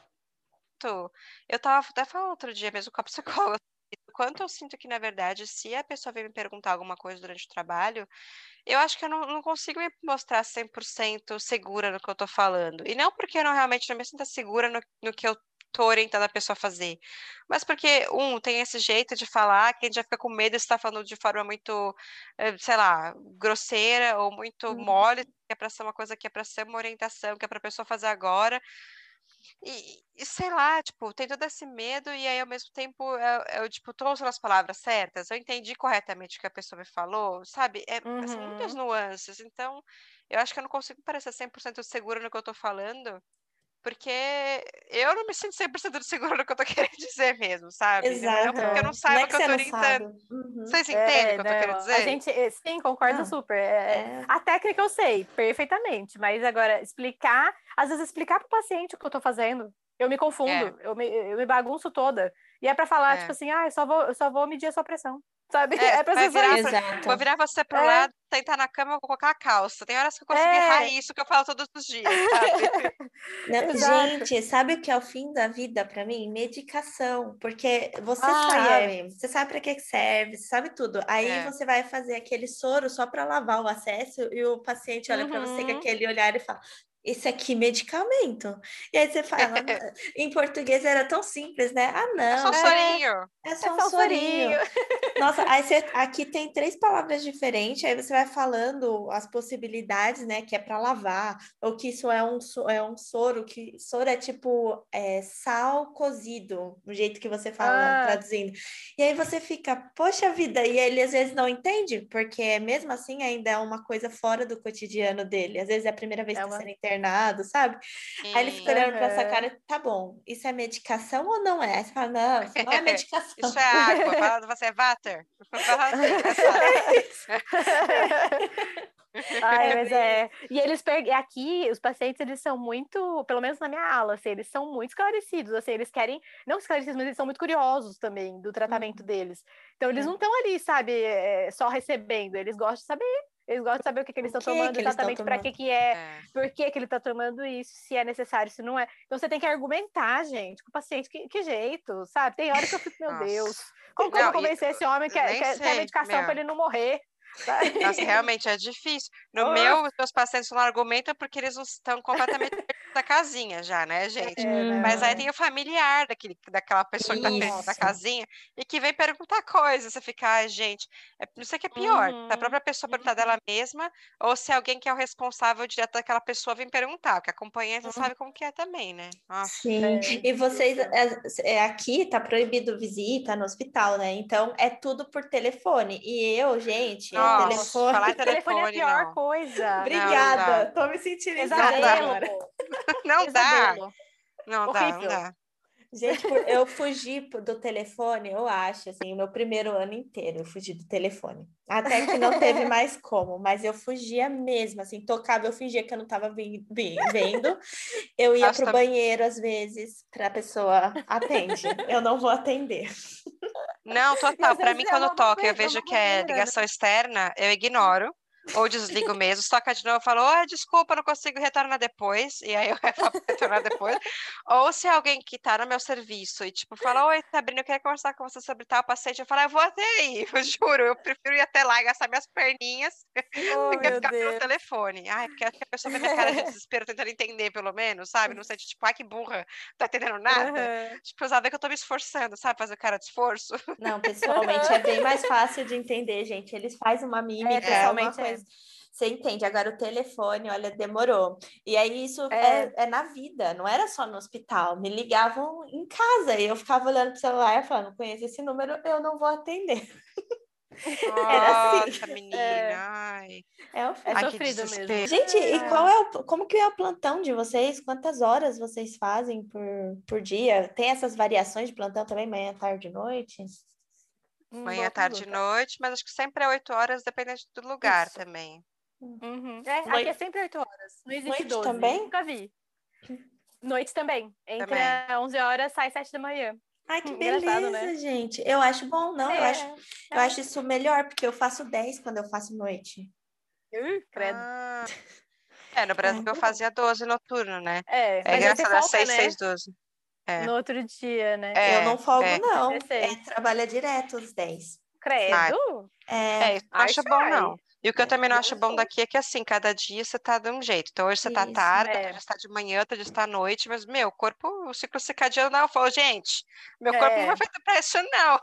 eu tava até falando outro dia mesmo com a psicóloga, o quanto eu sinto que, na verdade, se a pessoa vem me perguntar alguma coisa durante o trabalho, eu acho que eu não consigo me mostrar 100% segura no que eu tô falando. E não porque eu não realmente não me sinta segura no que eu tô orientando a pessoa a fazer. Mas porque, tem esse jeito de falar que a gente já fica com medo de estar falando de forma muito, sei lá, grosseira ou muito mole, que é para ser uma coisa que é para ser uma orientação, que é para a pessoa fazer agora. E sei lá, tipo, tem todo esse medo, e aí ao mesmo tempo eu tipo, tô usando as palavras certas, eu entendi corretamente o que a pessoa me falou, sabe? São muitas nuances, então eu acho que eu não consigo parecer 100% segura no que eu tô falando, porque eu não me sinto 100% segura no que eu tô querendo dizer mesmo, sabe? Não é Exato. porque eu não Não é saiba o que que eu você tô não orientando. sabe. Uhum. Vocês entendem o que eu tô querendo Não, a dizer? gente, sim, concordo Não, super. é. A técnica eu sei perfeitamente, mas agora explicar, às vezes explicar para o paciente o que eu tô fazendo, eu me É, confundo, eu me bagunço toda. E é para falar, tipo é. assim, eu só vou medir a sua pressão, sabe? É, É para vai ser só virar isso. vou Exato. virar você pro É, lado, sentar na cama, vou colocar a calça. Tem horas que eu consigo errar é, isso que eu falo todos os dias, sabe? Não, exato. gente, sabe o que é o fim da vida para mim? Medicação, porque Ai, é. você sabe para que que serve, você sabe tudo. Aí É. você vai fazer aquele soro só para lavar o acesso e o paciente olha para você com Uhum. aquele olhar e fala: Esse aqui é medicamento. E aí você fala, em português era tão simples, né? Ah, É só um não, É, sorinho. é é só um só um sorinho. sorinho. Nossa, aí você, aqui tem três palavras diferentes, aí você vai falando as possibilidades, né? Que é para lavar, ou que isso é um soro, que soro é tipo sal cozido, do jeito que você fala, Ah, traduzindo. E aí você fica, poxa vida, e ele às vezes não entende, porque mesmo assim ainda é uma coisa fora do cotidiano dele. Às vezes é a primeira vez é que está uma. sendo internado, sabe? Aí ele fica olhando para essa Aham. cara, tá bom, isso é medicação ou não é? Aí você fala, não, isso não é Isso medicação. é água. Fala, você é water. Fala assim, mais fácil. Ai, É mas bem é. E eles aqui, os pacientes, eles são muito, pelo menos na minha ala, assim, eles são muito esclarecidos, assim, eles querem, não esclarecidos, mas eles são muito curiosos também do tratamento Uhum. deles. Então, eles É. não estão ali, sabe, só recebendo, eles gostam de saber. Eles gostam de saber o que, que eles O estão que tomando, que eles estão exatamente para tomando? que é, É. por que, que ele está tomando isso, se é necessário, se não é. Então você tem que argumentar, gente, com o paciente, que jeito, sabe? Tem hora que eu fico, meu Deus, Nossa. como que eu vou Não, e convencer esse homem nem que é sei, medicação para meu. ele não morrer? Sabe? Nossa, realmente é difícil. No Oh, meu, os meus pacientes não argumentam porque eles não estão completamente perdidos da casinha já, né, gente? é, Mas aí não. tem o familiar daquela pessoa que tá perdido da Isso. casinha e que vem perguntar coisas. Você fica, ai, gente, não sei o que é pior, se a Uhum, própria pessoa perguntar uhum, dela mesma ou se alguém que é o responsável direto daquela pessoa vem perguntar, porque acompanhante uhum. sabe como que é também, né? Nossa. Sim. É E vocês, difícil. aqui tá proibido visita no hospital, né? Então é tudo por telefone. E eu, gente, Nossa, Nossa, falar em telefone. telefone é a telefone, pior não. coisa. Não, não dá. Obrigada. Tô me sentindo em Não casa dá. Pesadelo, agora. Não dá. pesadelo. Não dá, não Horrível. dá. Gente, eu fugi do telefone, eu acho, assim, o meu primeiro ano inteiro eu fugi do telefone. Até que não teve mais como, mas eu fugia mesmo, assim, tocava, eu fingia que eu não estava vendo. Eu ia Nossa, pro banheiro às vezes, para a pessoa atende. Eu não vou atender. não, E total. às Para vezes mim, quando toca e eu é vejo uma que é bobeira, né? ligação externa, eu ignoro ou desligo mesmo. Se toca de novo, eu falo, oh, desculpa, não consigo retornar depois. E aí eu falo pra retornar depois. Ou se é alguém que tá no meu serviço e, tipo, fala, oi, Sabrina, eu queria conversar com você sobre tal paciente. Eu falo, eu vou até aí, eu juro. Eu prefiro ir até lá e gastar minhas perninhas Oh, do que meu ficar pelo Deus. telefone. Ai, porque acho que a pessoa vê minha cara de desespero tentando entender, pelo menos, sabe? Não sente, tipo, ai, que burra, não tá entendendo nada. Aham, Tipo, usar ver que eu tô me esforçando, sabe? Fazer cara de esforço. Não, pessoalmente é aham. bem mais fácil de entender, gente. Eles fazem uma É, mímica, é uma pessoalmente é. coisa. Você entende? Agora o telefone, olha, demorou. E aí isso É, é na vida, não era só no hospital. Me ligavam em casa e eu ficava olhando pro celular e falando, conheço esse número, eu não vou atender. Era assim. Nossa, menina, é, ai, É o é ai, fim. que sofrido mesmo. desespero. Gente, e Ai. como que é o plantão de vocês? Quantas horas vocês fazem por dia? Tem essas variações de plantão também, manhã, tarde, noite? Manhã, Boa tarde e pergunta. noite, mas acho que sempre é 8 horas, dependendo do lugar Isso. também. Uhum. É, aqui é Noite, sempre 8 horas. Não existe noite 12. também? Nunca vi. Noite também. Entre Também. as 11 horas, sai 7 da manhã. Ai, que Engraçado, né? beleza, gente. Eu acho bom, não. É, Eu é. acho isso melhor, porque eu faço 10 quando eu faço noite. Credo. Ah, é, no Brasil É, eu fazia 12 noturno, né? É, É mas aí você engraçado, é folga, 6, né? 6, 12. É, No outro dia, né? eu não é, folgo, é. não. É, 16. trabalha direto os 10. Você- Ah, Credo? É, isso eu não Ai, acho bom, sai. não. E o que eu também não acho bom daqui é que, assim, cada dia você tá de um jeito. Então, hoje você tá Isso. tarde, outro dia você tá de manhã, outro dia você tá à noite, mas, meu, o corpo, o ciclo circadiano não. Eu falo, gente, meu corpo não foi É, feito pra isso, não.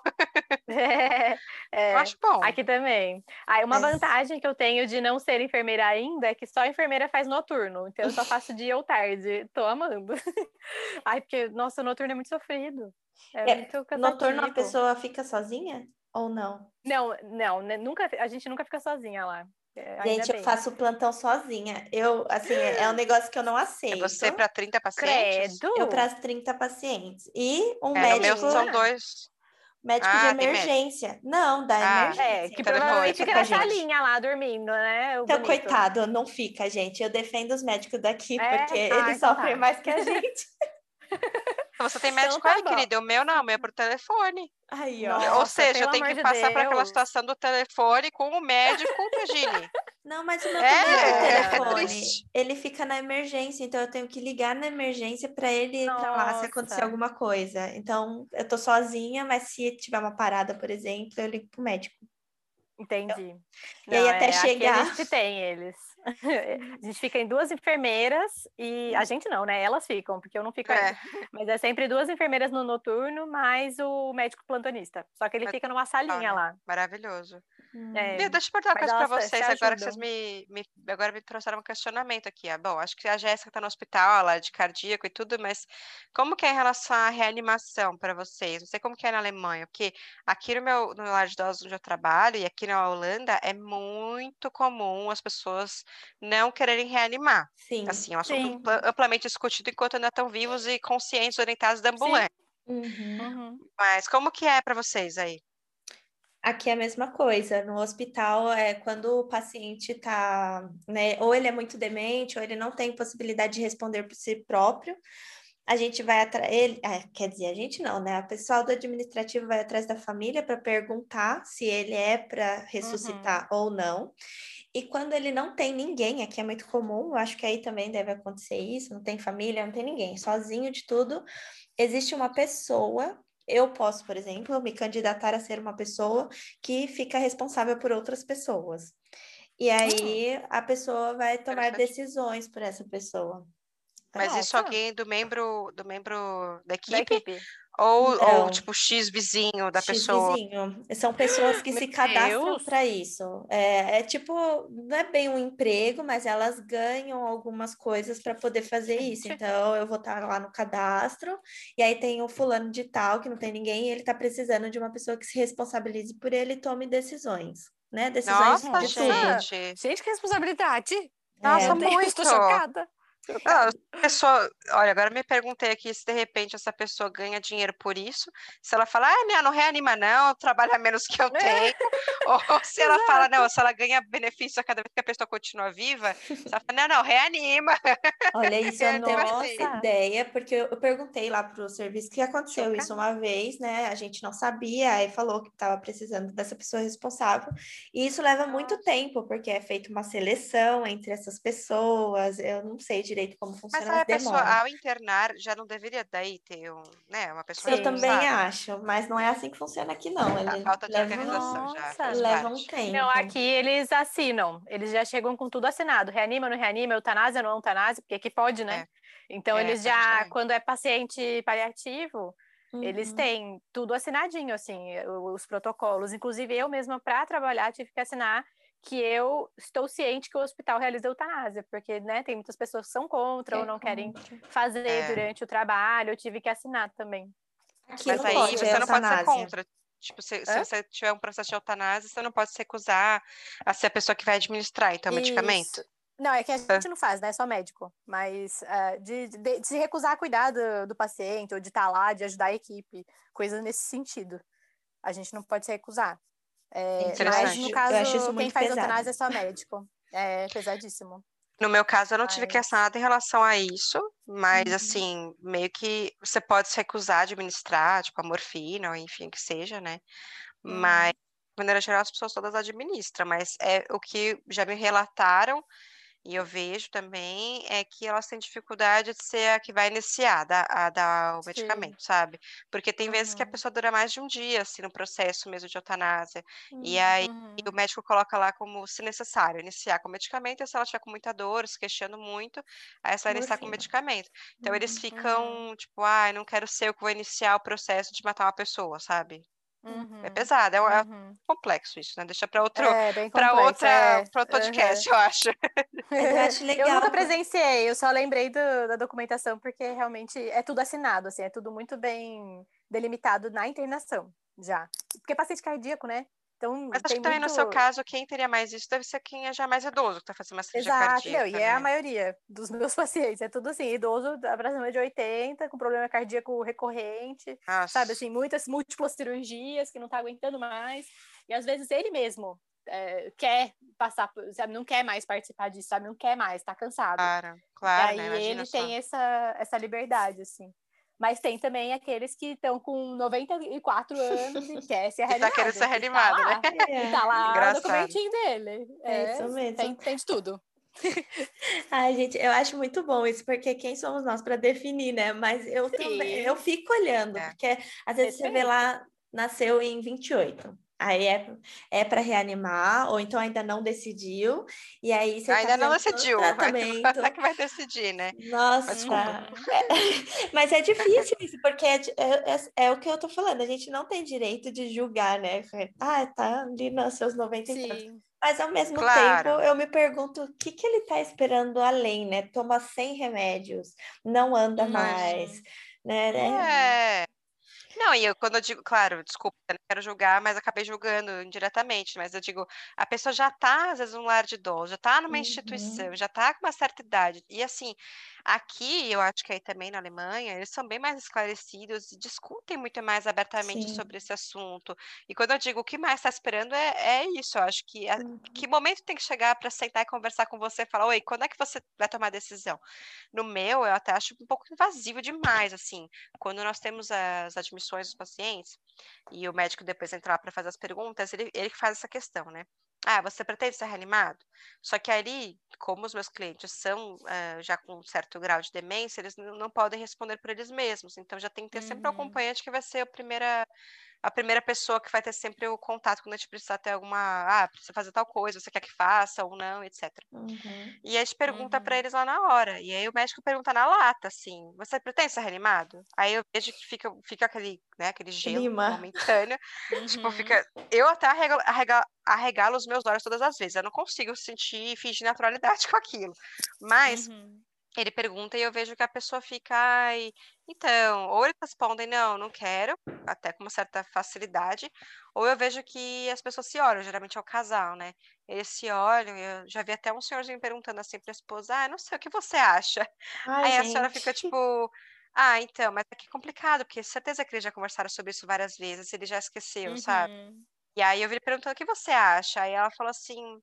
é, Eu é. acho bom. Aqui também. Aí, uma Mas vantagem que eu tenho de não ser enfermeira ainda é que só enfermeira faz noturno. Então, eu só faço dia ou tarde. Tô amando. Ai, porque, nossa, o noturno é muito sofrido. É muito noturno a cansativo. pessoa fica sozinha ou não? Não, não, né, nunca, a gente nunca fica sozinha lá. Ainda Gente, eu bem. faço plantão sozinha. Eu, assim, é um negócio que eu não É aceito. você para 30 pacientes? Eu Credo! para 30 pacientes. E um É, no meu médico, são dois. médico de Ah, tem médico. emergência. Não, da Ah, É, emergência. que Não telefone. provavelmente fica fica com a na gente. salinha lá dormindo, né? O Então, bonito. coitado, não fica, gente. Eu defendo os médicos daqui porque É? Ah, eles então sofrem tá. mais que a gente. Então, você tem Então médico tá aí, bom. querida. O meu não, o meu é por telefone. Aí, ó. Ou Nossa, seja, eu pelo tenho amor que de passar por aquela Deus. situação do telefone com o médico, imagine. Não, mas o meu também é por É, é telefone. triste. Ele fica na emergência, então eu tenho que ligar na emergência para ele ir para lá se acontecer Nossa, alguma coisa. Então, eu tô sozinha, mas se tiver uma parada, por exemplo, eu ligo pro médico. entendi. E aí, Não, até aqui a chegar. gente tem eles. A gente fica em duas enfermeiras e a gente não, né? Elas ficam, porque eu não fico É, ainda. Mas é sempre duas enfermeiras no noturno, mais o médico plantonista. Só que ele mas fica numa legal, salinha né? lá. Maravilhoso. É, Viu, deixa eu perguntar uma mas coisa pra elas se vocês, agora que vocês ajudam. agora me trouxeram um questionamento aqui. Bom, acho que a Jéssica tá no hospital, ela é de cardíaco e tudo, mas como que é em relação à reanimação para vocês? Não sei como que é na Alemanha, porque aqui no lar de idosos onde eu trabalho e aqui na Holanda é muito comum as pessoas não quererem reanimar. Sim, Assim, é um assunto Sim, amplamente discutido enquanto ainda estão vivos e conscientes, orientados da sim. ambulância. uhum. Uhum, Mas como que é para vocês aí? Aqui é a mesma coisa. No hospital, é quando o paciente tá, né, ou ele é muito demente, ou ele não tem possibilidade de responder por si próprio, a gente vai atrás, quer dizer, a gente não, né? A pessoal do administrativo vai atrás da família para perguntar se ele é para uhum, ressuscitar ou não. E quando ele não tem ninguém, aqui é muito comum, eu acho que aí também deve acontecer isso, não tem família, não tem ninguém, sozinho de tudo, existe uma pessoa. Eu posso, por exemplo, me candidatar a ser uma pessoa que fica responsável por outras pessoas. E hum, aí a pessoa vai tomar Interessante. decisões por essa pessoa. Mas isso nossa, alguém do membro da da equipe? equipe. Ou Não, tipo, X vizinho da X pessoa? vizinho. São pessoas que Meu se cadastram Deus! para isso. É tipo, não é bem um emprego, mas elas ganham algumas coisas para poder fazer isso. Gente, Então, eu vou estar lá no cadastro, e aí tem o fulano de tal, que não tem ninguém, e ele está precisando de uma pessoa que se responsabilize por ele e tome decisões, né? Decisões Nossa, de tudo. nossa! gente. Gente, que responsabilidade! Nossa, Meu É. Deus, tô muito. chocada. Ah, Chocada. pessoa, olha, agora me perguntei aqui se de repente essa pessoa ganha dinheiro por isso. Se ela fala, ah, não, não reanima não, trabalha menos que eu tenho. Ou se ela fala, não, Exato. se ela ganha benefício a cada vez que a pessoa continua viva, se ela fala, não, não, reanima, Olha, isso eu não tenho a reanima menor sim. Nossa, ideia, porque eu perguntei lá para o serviço que aconteceu isso chocada. uma vez, né? A gente não sabia, aí falou que estava precisando dessa pessoa responsável. E isso leva muito Nossa. tempo, porque é feita uma seleção entre essas pessoas. Eu não sei direito como Mas funciona, aí mas a pessoa, demora. ao internar, já não deveria daí ter né, uma pessoa Eu Sim. também responsável? acho, mas não é assim que funciona aqui, não. A Ele falta de leva, organização já faz Nossa. leva um parte. Não, tempo. aqui eles assinam. Eles já chegam com tudo assinado. Reanima, não reanima, eutanásia, não eutanásia, porque aqui pode, né? É, Então eles a gente já, também. quando é paciente paliativo, eles Uhum. têm tudo assinadinho, assim, os protocolos. Inclusive eu mesma, para trabalhar, tive que assinar que eu estou ciente que o hospital realiza eutanásia, porque, né, tem muitas pessoas que são Que contra ou é não querem contra. fazer É. durante o trabalho. Eu tive que assinar também. Aqui Mas Mas não aí pode, é você não pode ser eutanásia. contra. Tipo, se hã? você tiver um processo de eutanásia, você não pode se recusar a ser a pessoa que vai administrar, então, o Isso. medicamento. Não, é que a É. gente não faz, né? É só médico. Mas de se recusar a cuidar do paciente, ou de estar lá, de ajudar a equipe, coisas nesse sentido. A gente não pode se recusar. Gente, Mas, no Interessante. eu acho isso caso, quem muito faz pesado. eutanásia é só médico. É pesadíssimo. No meu caso, eu não tive que assinar Mas. nada em relação a isso, mas, Uhum. assim, meio que você pode se recusar a administrar, tipo, a morfina, ou enfim, o que seja, né? Mas, Uhum. de maneira geral, as pessoas todas administram, mas é o que já me relataram E eu vejo também que elas têm dificuldade de ser a que vai iniciar a dar o Sim. medicamento, sabe? Porque tem vezes que a Uhum. pessoa dura mais de um dia, assim, no processo mesmo de eutanásia. E Hum, aí o Uhum. médico coloca lá como, se necessário, iniciar com medicamento, e se ela tiver com muita dor, se queixando muito, aí você vai iniciar com morfina. medicamento. Então eles Uhum. ficam, tipo, ai, não quero ser eu que vou iniciar o processo de matar uma pessoa, sabe? É Uhum. pesado, é Uhum. complexo isso, né? Deixa para outro, É bem para complexo, outra, é. para outro Uhum. podcast, eu acho. Mas eu acho Eu nunca legal, presenciei, eu só lembrei da documentação, porque realmente é tudo assinado, assim, é tudo muito bem delimitado na internação, já. Porque é paciente cardíaco, né? Mas Então acho tem que também muito. no seu caso, quem teria mais isso deve ser quem é já mais idoso, que tá fazendo uma cirurgia Exato, não, e cardíaca, é a né? maioria dos meus pacientes, é tudo assim, idoso aproximadamente de 80, com problema cardíaco recorrente, sabe, Nossa, assim, muitas múltiplas cirurgias que não tá aguentando mais, e às vezes ele mesmo quer passar, sabe, não quer mais participar disso, sabe, não quer mais, tá cansado. claro, E claro, né? aí Imagina ele só. tem essa liberdade, assim. Mas tem também aqueles que estão com 94 anos e quer ser E tá querendo ser reanimado. reanimado, né? E tá lá o Engraçado. documentinho dele. é isso Tem, mesmo. tem de tudo. Ai, gente, eu acho muito bom isso, porque quem somos nós para definir, né? Mas eu também, eu Sim, fico olhando, É. porque às vezes você vê respeito. lá, nasceu em 28. Aí é para reanimar, ou então ainda não decidiu, e aí você tá Ainda não fazendo todo o decidiu, vai tratamento. até que vai decidir, né? Mas Nossa, desculpa. Uhum. mas é difícil isso, porque é o que eu tô falando, a gente não tem direito de julgar, né? Ah, tá ali nos seus 90 e tantos. Sim. Mas ao mesmo tempo, Claro. eu me pergunto o que que ele tá esperando além, né? Toma 100 remédios, não anda mais, Uhum. né? É. Não, e eu, quando eu digo, claro, desculpa, eu não quero julgar, mas acabei julgando indiretamente, mas eu digo, a pessoa já tá, às vezes, num lar de idoso, já tá numa instituição, Uhum, já tá com uma certa idade. E assim, aqui, eu acho que aí também na Alemanha, eles são bem mais esclarecidos e discutem muito mais abertamente sim. sobre esse assunto. E quando eu digo o que mais está esperando, é isso. Eu acho que Uhum, que momento tem que chegar para sentar e conversar com você e falar, oi, quando é que você vai tomar a decisão? No meu, eu até acho um pouco invasivo demais, assim. Quando nós temos as admissões dos pacientes e o médico depois entra lá para fazer as perguntas, ele que faz essa questão, né? Ah, você pretende ser reanimado? Só que ali, como os meus clientes são já com um certo grau de demência, eles não podem responder por eles mesmos. Então já tem que ter sempre um Uhum. acompanhante que vai ser a primeira pessoa que vai ter sempre o contato quando a gente precisar ter alguma, precisa fazer tal coisa, você quer que faça ou não, etc. uhum, E a gente pergunta pra Uhum. eles lá na hora. E aí o médico pergunta na lata, assim, você pretende ser reanimado? Aí eu vejo que fica aquele, né, aquele gelo clima. momentâneo. Tipo, Uhum. fica. Eu até arregalo os meus olhos todas as vezes. Eu não consigo sentir e fingir naturalidade com aquilo. Mas Uhum. ele pergunta e eu vejo que a pessoa fica, ai, então, ou eles respondem, não, não quero, até com uma certa facilidade, ou eu vejo que as pessoas se olham, geralmente é o casal, né? Eles se olham, eu já vi até um senhorzinho perguntando assim pra esposa, não sei, o que você acha? Ai, Aí a senhora gente. fica tipo, então, mas é que é complicado, porque certeza que eles já conversaram sobre isso várias vezes, ele já esqueceu, sabe? Uhum. E aí eu vi ele perguntando, o que você acha? Aí ela falou assim,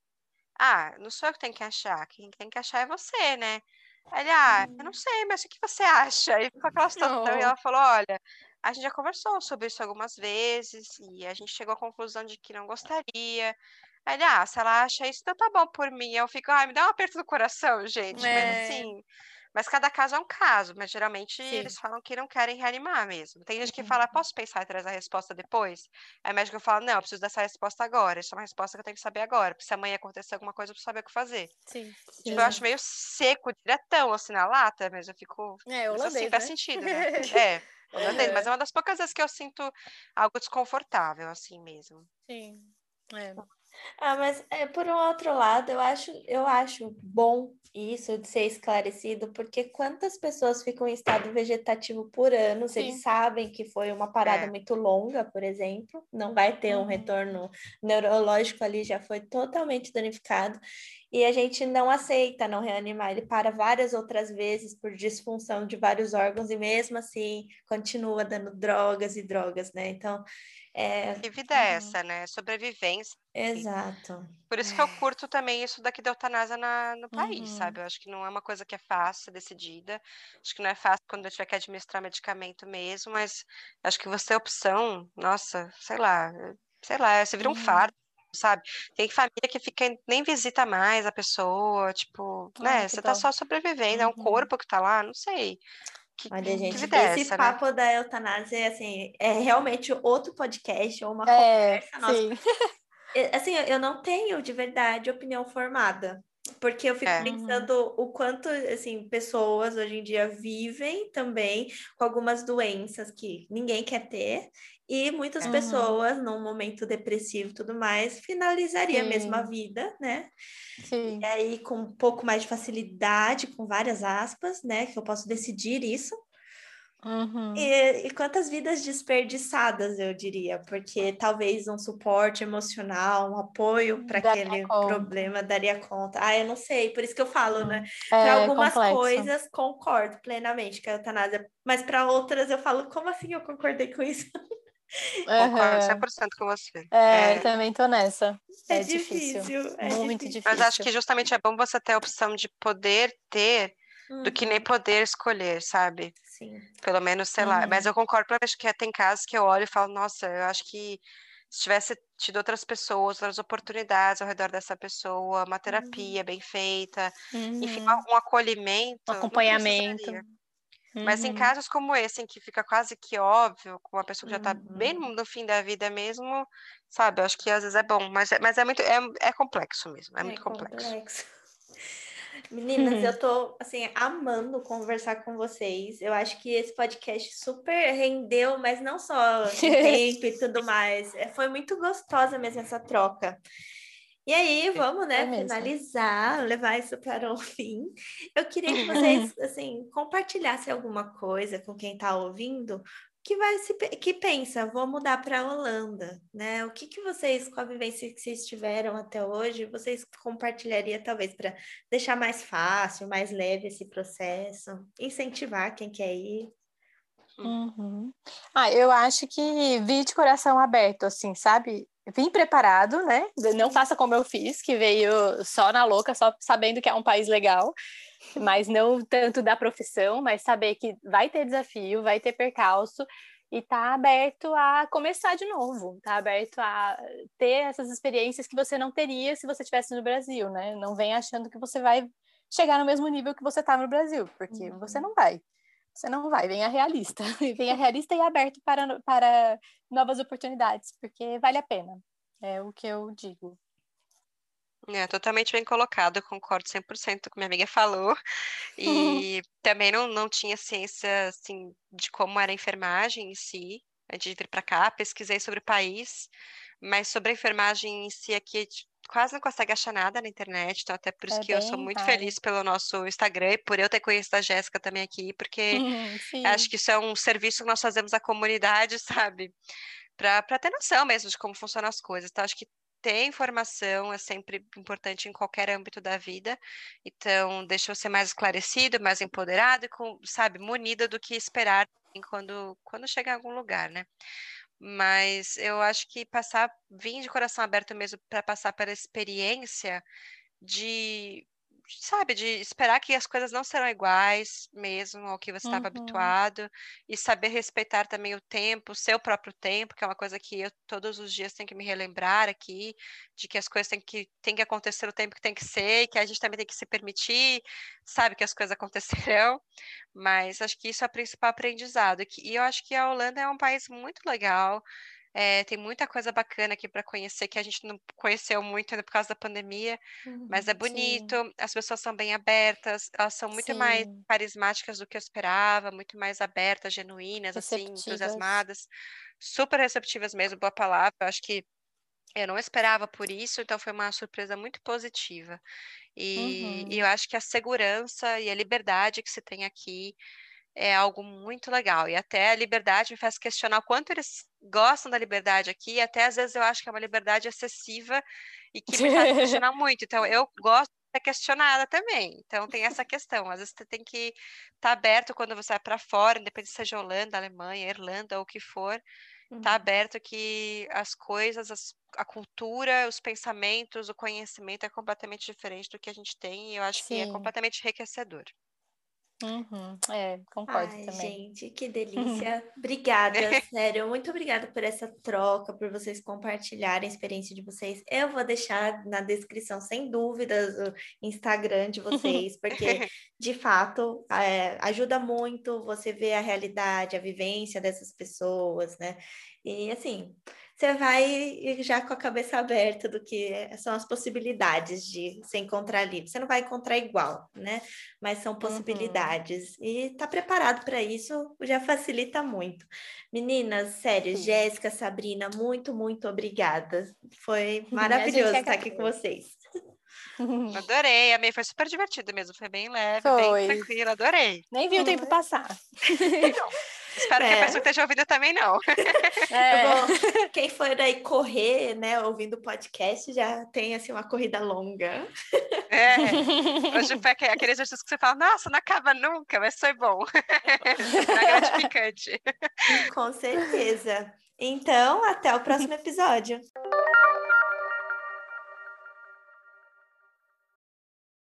não sou eu que tenho que achar, quem tem que achar é você, né? Aí ele, eu não sei, mas o que você acha? Aí ficou aquela situação e Oh. ela falou, olha, a gente já conversou sobre isso algumas vezes e a gente chegou à conclusão de que não gostaria. Aí ele, se ela acha isso, então tá bom por mim. Eu fico, me dá um aperto no coração, gente. Mas É, assim, mas cada caso é um caso, mas geralmente sim. eles falam que não querem reanimar mesmo. Tem gente que fala, posso pensar e trazer a resposta depois? Aí o médico fala, não, eu preciso dessa resposta agora. Isso é uma resposta que eu tenho que saber agora. Porque se amanhã acontecer alguma coisa, eu preciso saber o que fazer. Sim, Tipo, eu Sim. acho meio seco, diretão, assim, na lata, mas eu fico. é Mas assim, holandês, faz né? sentido, né? É, holandês, mas é Aham. uma das poucas vezes que eu sinto algo desconfortável, assim mesmo. Sim. É. Mas por um outro lado, eu acho bom isso de ser esclarecido, porque quantas pessoas ficam em estado vegetativo por anos, eles Sim. sabem que foi uma parada É, muito longa, por exemplo, não vai ter um Uhum. retorno neurológico ali, já foi totalmente danificado, e a gente não aceita não reanimar, ele para várias outras vezes por disfunção de vários órgãos, e mesmo assim continua dando drogas e drogas, né? Então, é, que vida é Uhum. essa, né? Sobrevivência. exato. Por isso que eu curto também isso daqui da eutanásia no país, Uhum. sabe? Eu acho que não é uma coisa que é fácil ser decidida. Acho que não é fácil quando eu tiver que administrar medicamento mesmo, mas acho que você ter opção, nossa, sei lá, você vira um Uhum. fardo, sabe? Tem família que fica, nem visita mais a pessoa, tipo, Ai, né? que Você tá dó. só sobrevivendo, é um corpo que tá lá, não sei. Olha, Que gente, vida é esse essa, né? papo da eutanásia, assim, é realmente outro podcast ou uma É, conversa nossa. sim. Assim, eu não tenho de verdade opinião formada, porque eu fico É. pensando o quanto, assim, pessoas hoje em dia vivem também com algumas doenças que ninguém quer ter, e muitas pessoas, num momento depressivo e tudo mais, finalizaria mesmo a Sim, vida, né? E sim. aí, com um pouco mais de facilidade, com várias aspas, né? Que eu posso decidir isso. Uhum. E quantas vidas desperdiçadas, eu diria, porque talvez um suporte emocional, um apoio para Daria aquele conta. problema daria conta. Ah, eu não sei, por isso que eu falo, né? Para É algumas complexo. coisas, concordo plenamente com a eutanásia, mas para outras eu falo, como assim eu concordei com isso? Concordo Aham. 100% com você. É, É, também tô nessa. É É difícil. difícil, é Muito difícil. mas acho difícil. que justamente é bom você ter a opção de poder ter do que nem Uhum, poder escolher, sabe? sim. Pelo menos, sei lá. Mas Uhum. eu concordo plenamente que tem casos que eu olho e falo, nossa, eu acho que se tivesse tido outras pessoas, outras oportunidades ao redor dessa pessoa, uma Uhum, terapia bem feita, enfim, Uhum. um Um acolhimento, não acompanhamento. precisaria. Mas em Uhum. casos como esse, em que fica quase que óbvio, com uma pessoa que já tá bem uhum. no fim da vida mesmo, sabe? Eu acho que às vezes é bom, mas é muito, é complexo mesmo, é É muito complexo. complexo. Meninas, eu tô assim amando conversar com vocês. Eu acho que esse podcast super rendeu, mas não só em tempo e tudo mais. Foi muito gostosa mesmo essa troca. E aí, vamos, Foi né, mesmo. finalizar, levar isso para o fim. Eu queria que vocês, assim, compartilhassem alguma coisa com quem está ouvindo que pensa, vou mudar para a Holanda, né? O que que vocês, com a vivência que vocês tiveram até hoje, vocês compartilhariam talvez para deixar mais fácil, mais leve esse processo, incentivar quem quer ir? Uhum. Ah, eu acho que vi de coração aberto, assim, sabe? Vim preparado, né? Não faça como eu fiz, que veio só na louca, só sabendo que é um país legal, mas não tanto da profissão, mas saber que vai ter desafio, vai ter percalço e tá aberto a começar de novo, tá aberto a ter essas experiências que você não teria se você estivesse no Brasil, né? Não vem achando que você vai chegar no mesmo nível que você tá no Brasil, porque você Uhum. não vai. Você não vai, venha realista. Venha realista e aberto para novas oportunidades, porque vale a pena. É o que eu digo. É totalmente bem colocado, eu concordo 100% com o que minha amiga falou. E também não tinha ciência, assim, de como era a enfermagem em si, antes de vir para cá. Pesquisei sobre o país, mas sobre a enfermagem em si aqui, a gente quase não consegue achar nada na internet. Então, até por isso É que eu sou bem muito raro. feliz pelo nosso Instagram e por eu ter conhecido a Jéssica também aqui, porque acho Sim, que isso é um serviço que nós fazemos à comunidade, sabe? Para ter noção mesmo de como funcionam as coisas. Então, acho que ter informação é sempre importante em qualquer âmbito da vida. Então, deixa você mais esclarecido, mais empoderado e, com, sabe, munida do que esperar quando chegar em algum lugar, né? Mas eu acho que vir de coração aberto mesmo para passar pela experiência de, sabe, de esperar que as coisas não serão iguais mesmo ao que você estava uhum, habituado e saber respeitar também o tempo, o seu próprio tempo, que é uma coisa que eu todos os dias tenho que me relembrar aqui, de que as coisas têm que acontecer no tempo que tem que ser, e que a gente também tem que se permitir, sabe, que as coisas acontecerão, mas acho que isso é o principal aprendizado. E eu acho que a Holanda é um país muito legal. Tem muita coisa bacana aqui para conhecer que a gente não conheceu muito ainda por causa da pandemia, mas é Uhum. bonito, sim, as pessoas são bem abertas, elas são muito mais sim. carismáticas do que eu esperava, muito mais abertas, genuínas, assim, Receptivas. entusiasmadas, super receptivas mesmo, boa palavra. Eu acho que eu não esperava por isso, então foi uma surpresa muito positiva. E eu Uhum. acho que a segurança e a liberdade que se tem aqui é algo muito legal. E até a liberdade me faz questionar o quanto eles gostam da liberdade aqui, e até às vezes eu acho que é uma liberdade excessiva e que me faz questionar muito. Então, eu gosto de ser questionada também. Então, tem essa questão. Às vezes você tem que estar aberto quando você vai para fora, independente seja Holanda, Alemanha, Irlanda ou o que for, tá Uhum. aberto que as coisas, a cultura, os pensamentos, o conhecimento é completamente diferente do que a gente tem, e eu acho que é Sim. completamente enriquecedor. Concordo Ai, também. gente, que delícia. Obrigada, sério. Muito obrigada por essa troca, por vocês compartilharem a experiência de vocês. Eu vou deixar na descrição, sem dúvidas, o Instagram de vocês, porque, de fato, ajuda muito você ver a realidade, a vivência dessas pessoas, né? E, assim, você vai já com a cabeça aberta do que são as possibilidades de se encontrar ali. Você não vai encontrar igual, né? Mas são possibilidades. E tá preparado para isso já facilita muito. Meninas, sério, Sim. Jéssica, Sabrina, muito, muito obrigada. Foi A maravilhoso gente estar aqui com vocês. Adorei, amei, foi super divertido mesmo, foi bem leve, bem Foi. tranquilo, adorei. Nem vi o tempo passar. Não, espero que a pessoa que esteja ouvindo também não. Quem for aí correr, né, ouvindo o podcast, já tem assim uma corrida longa. Hoje foi aquele exercício que você fala, nossa, não acaba nunca, mas foi bom. Será gratificante. Com certeza. Então, até o próximo episódio.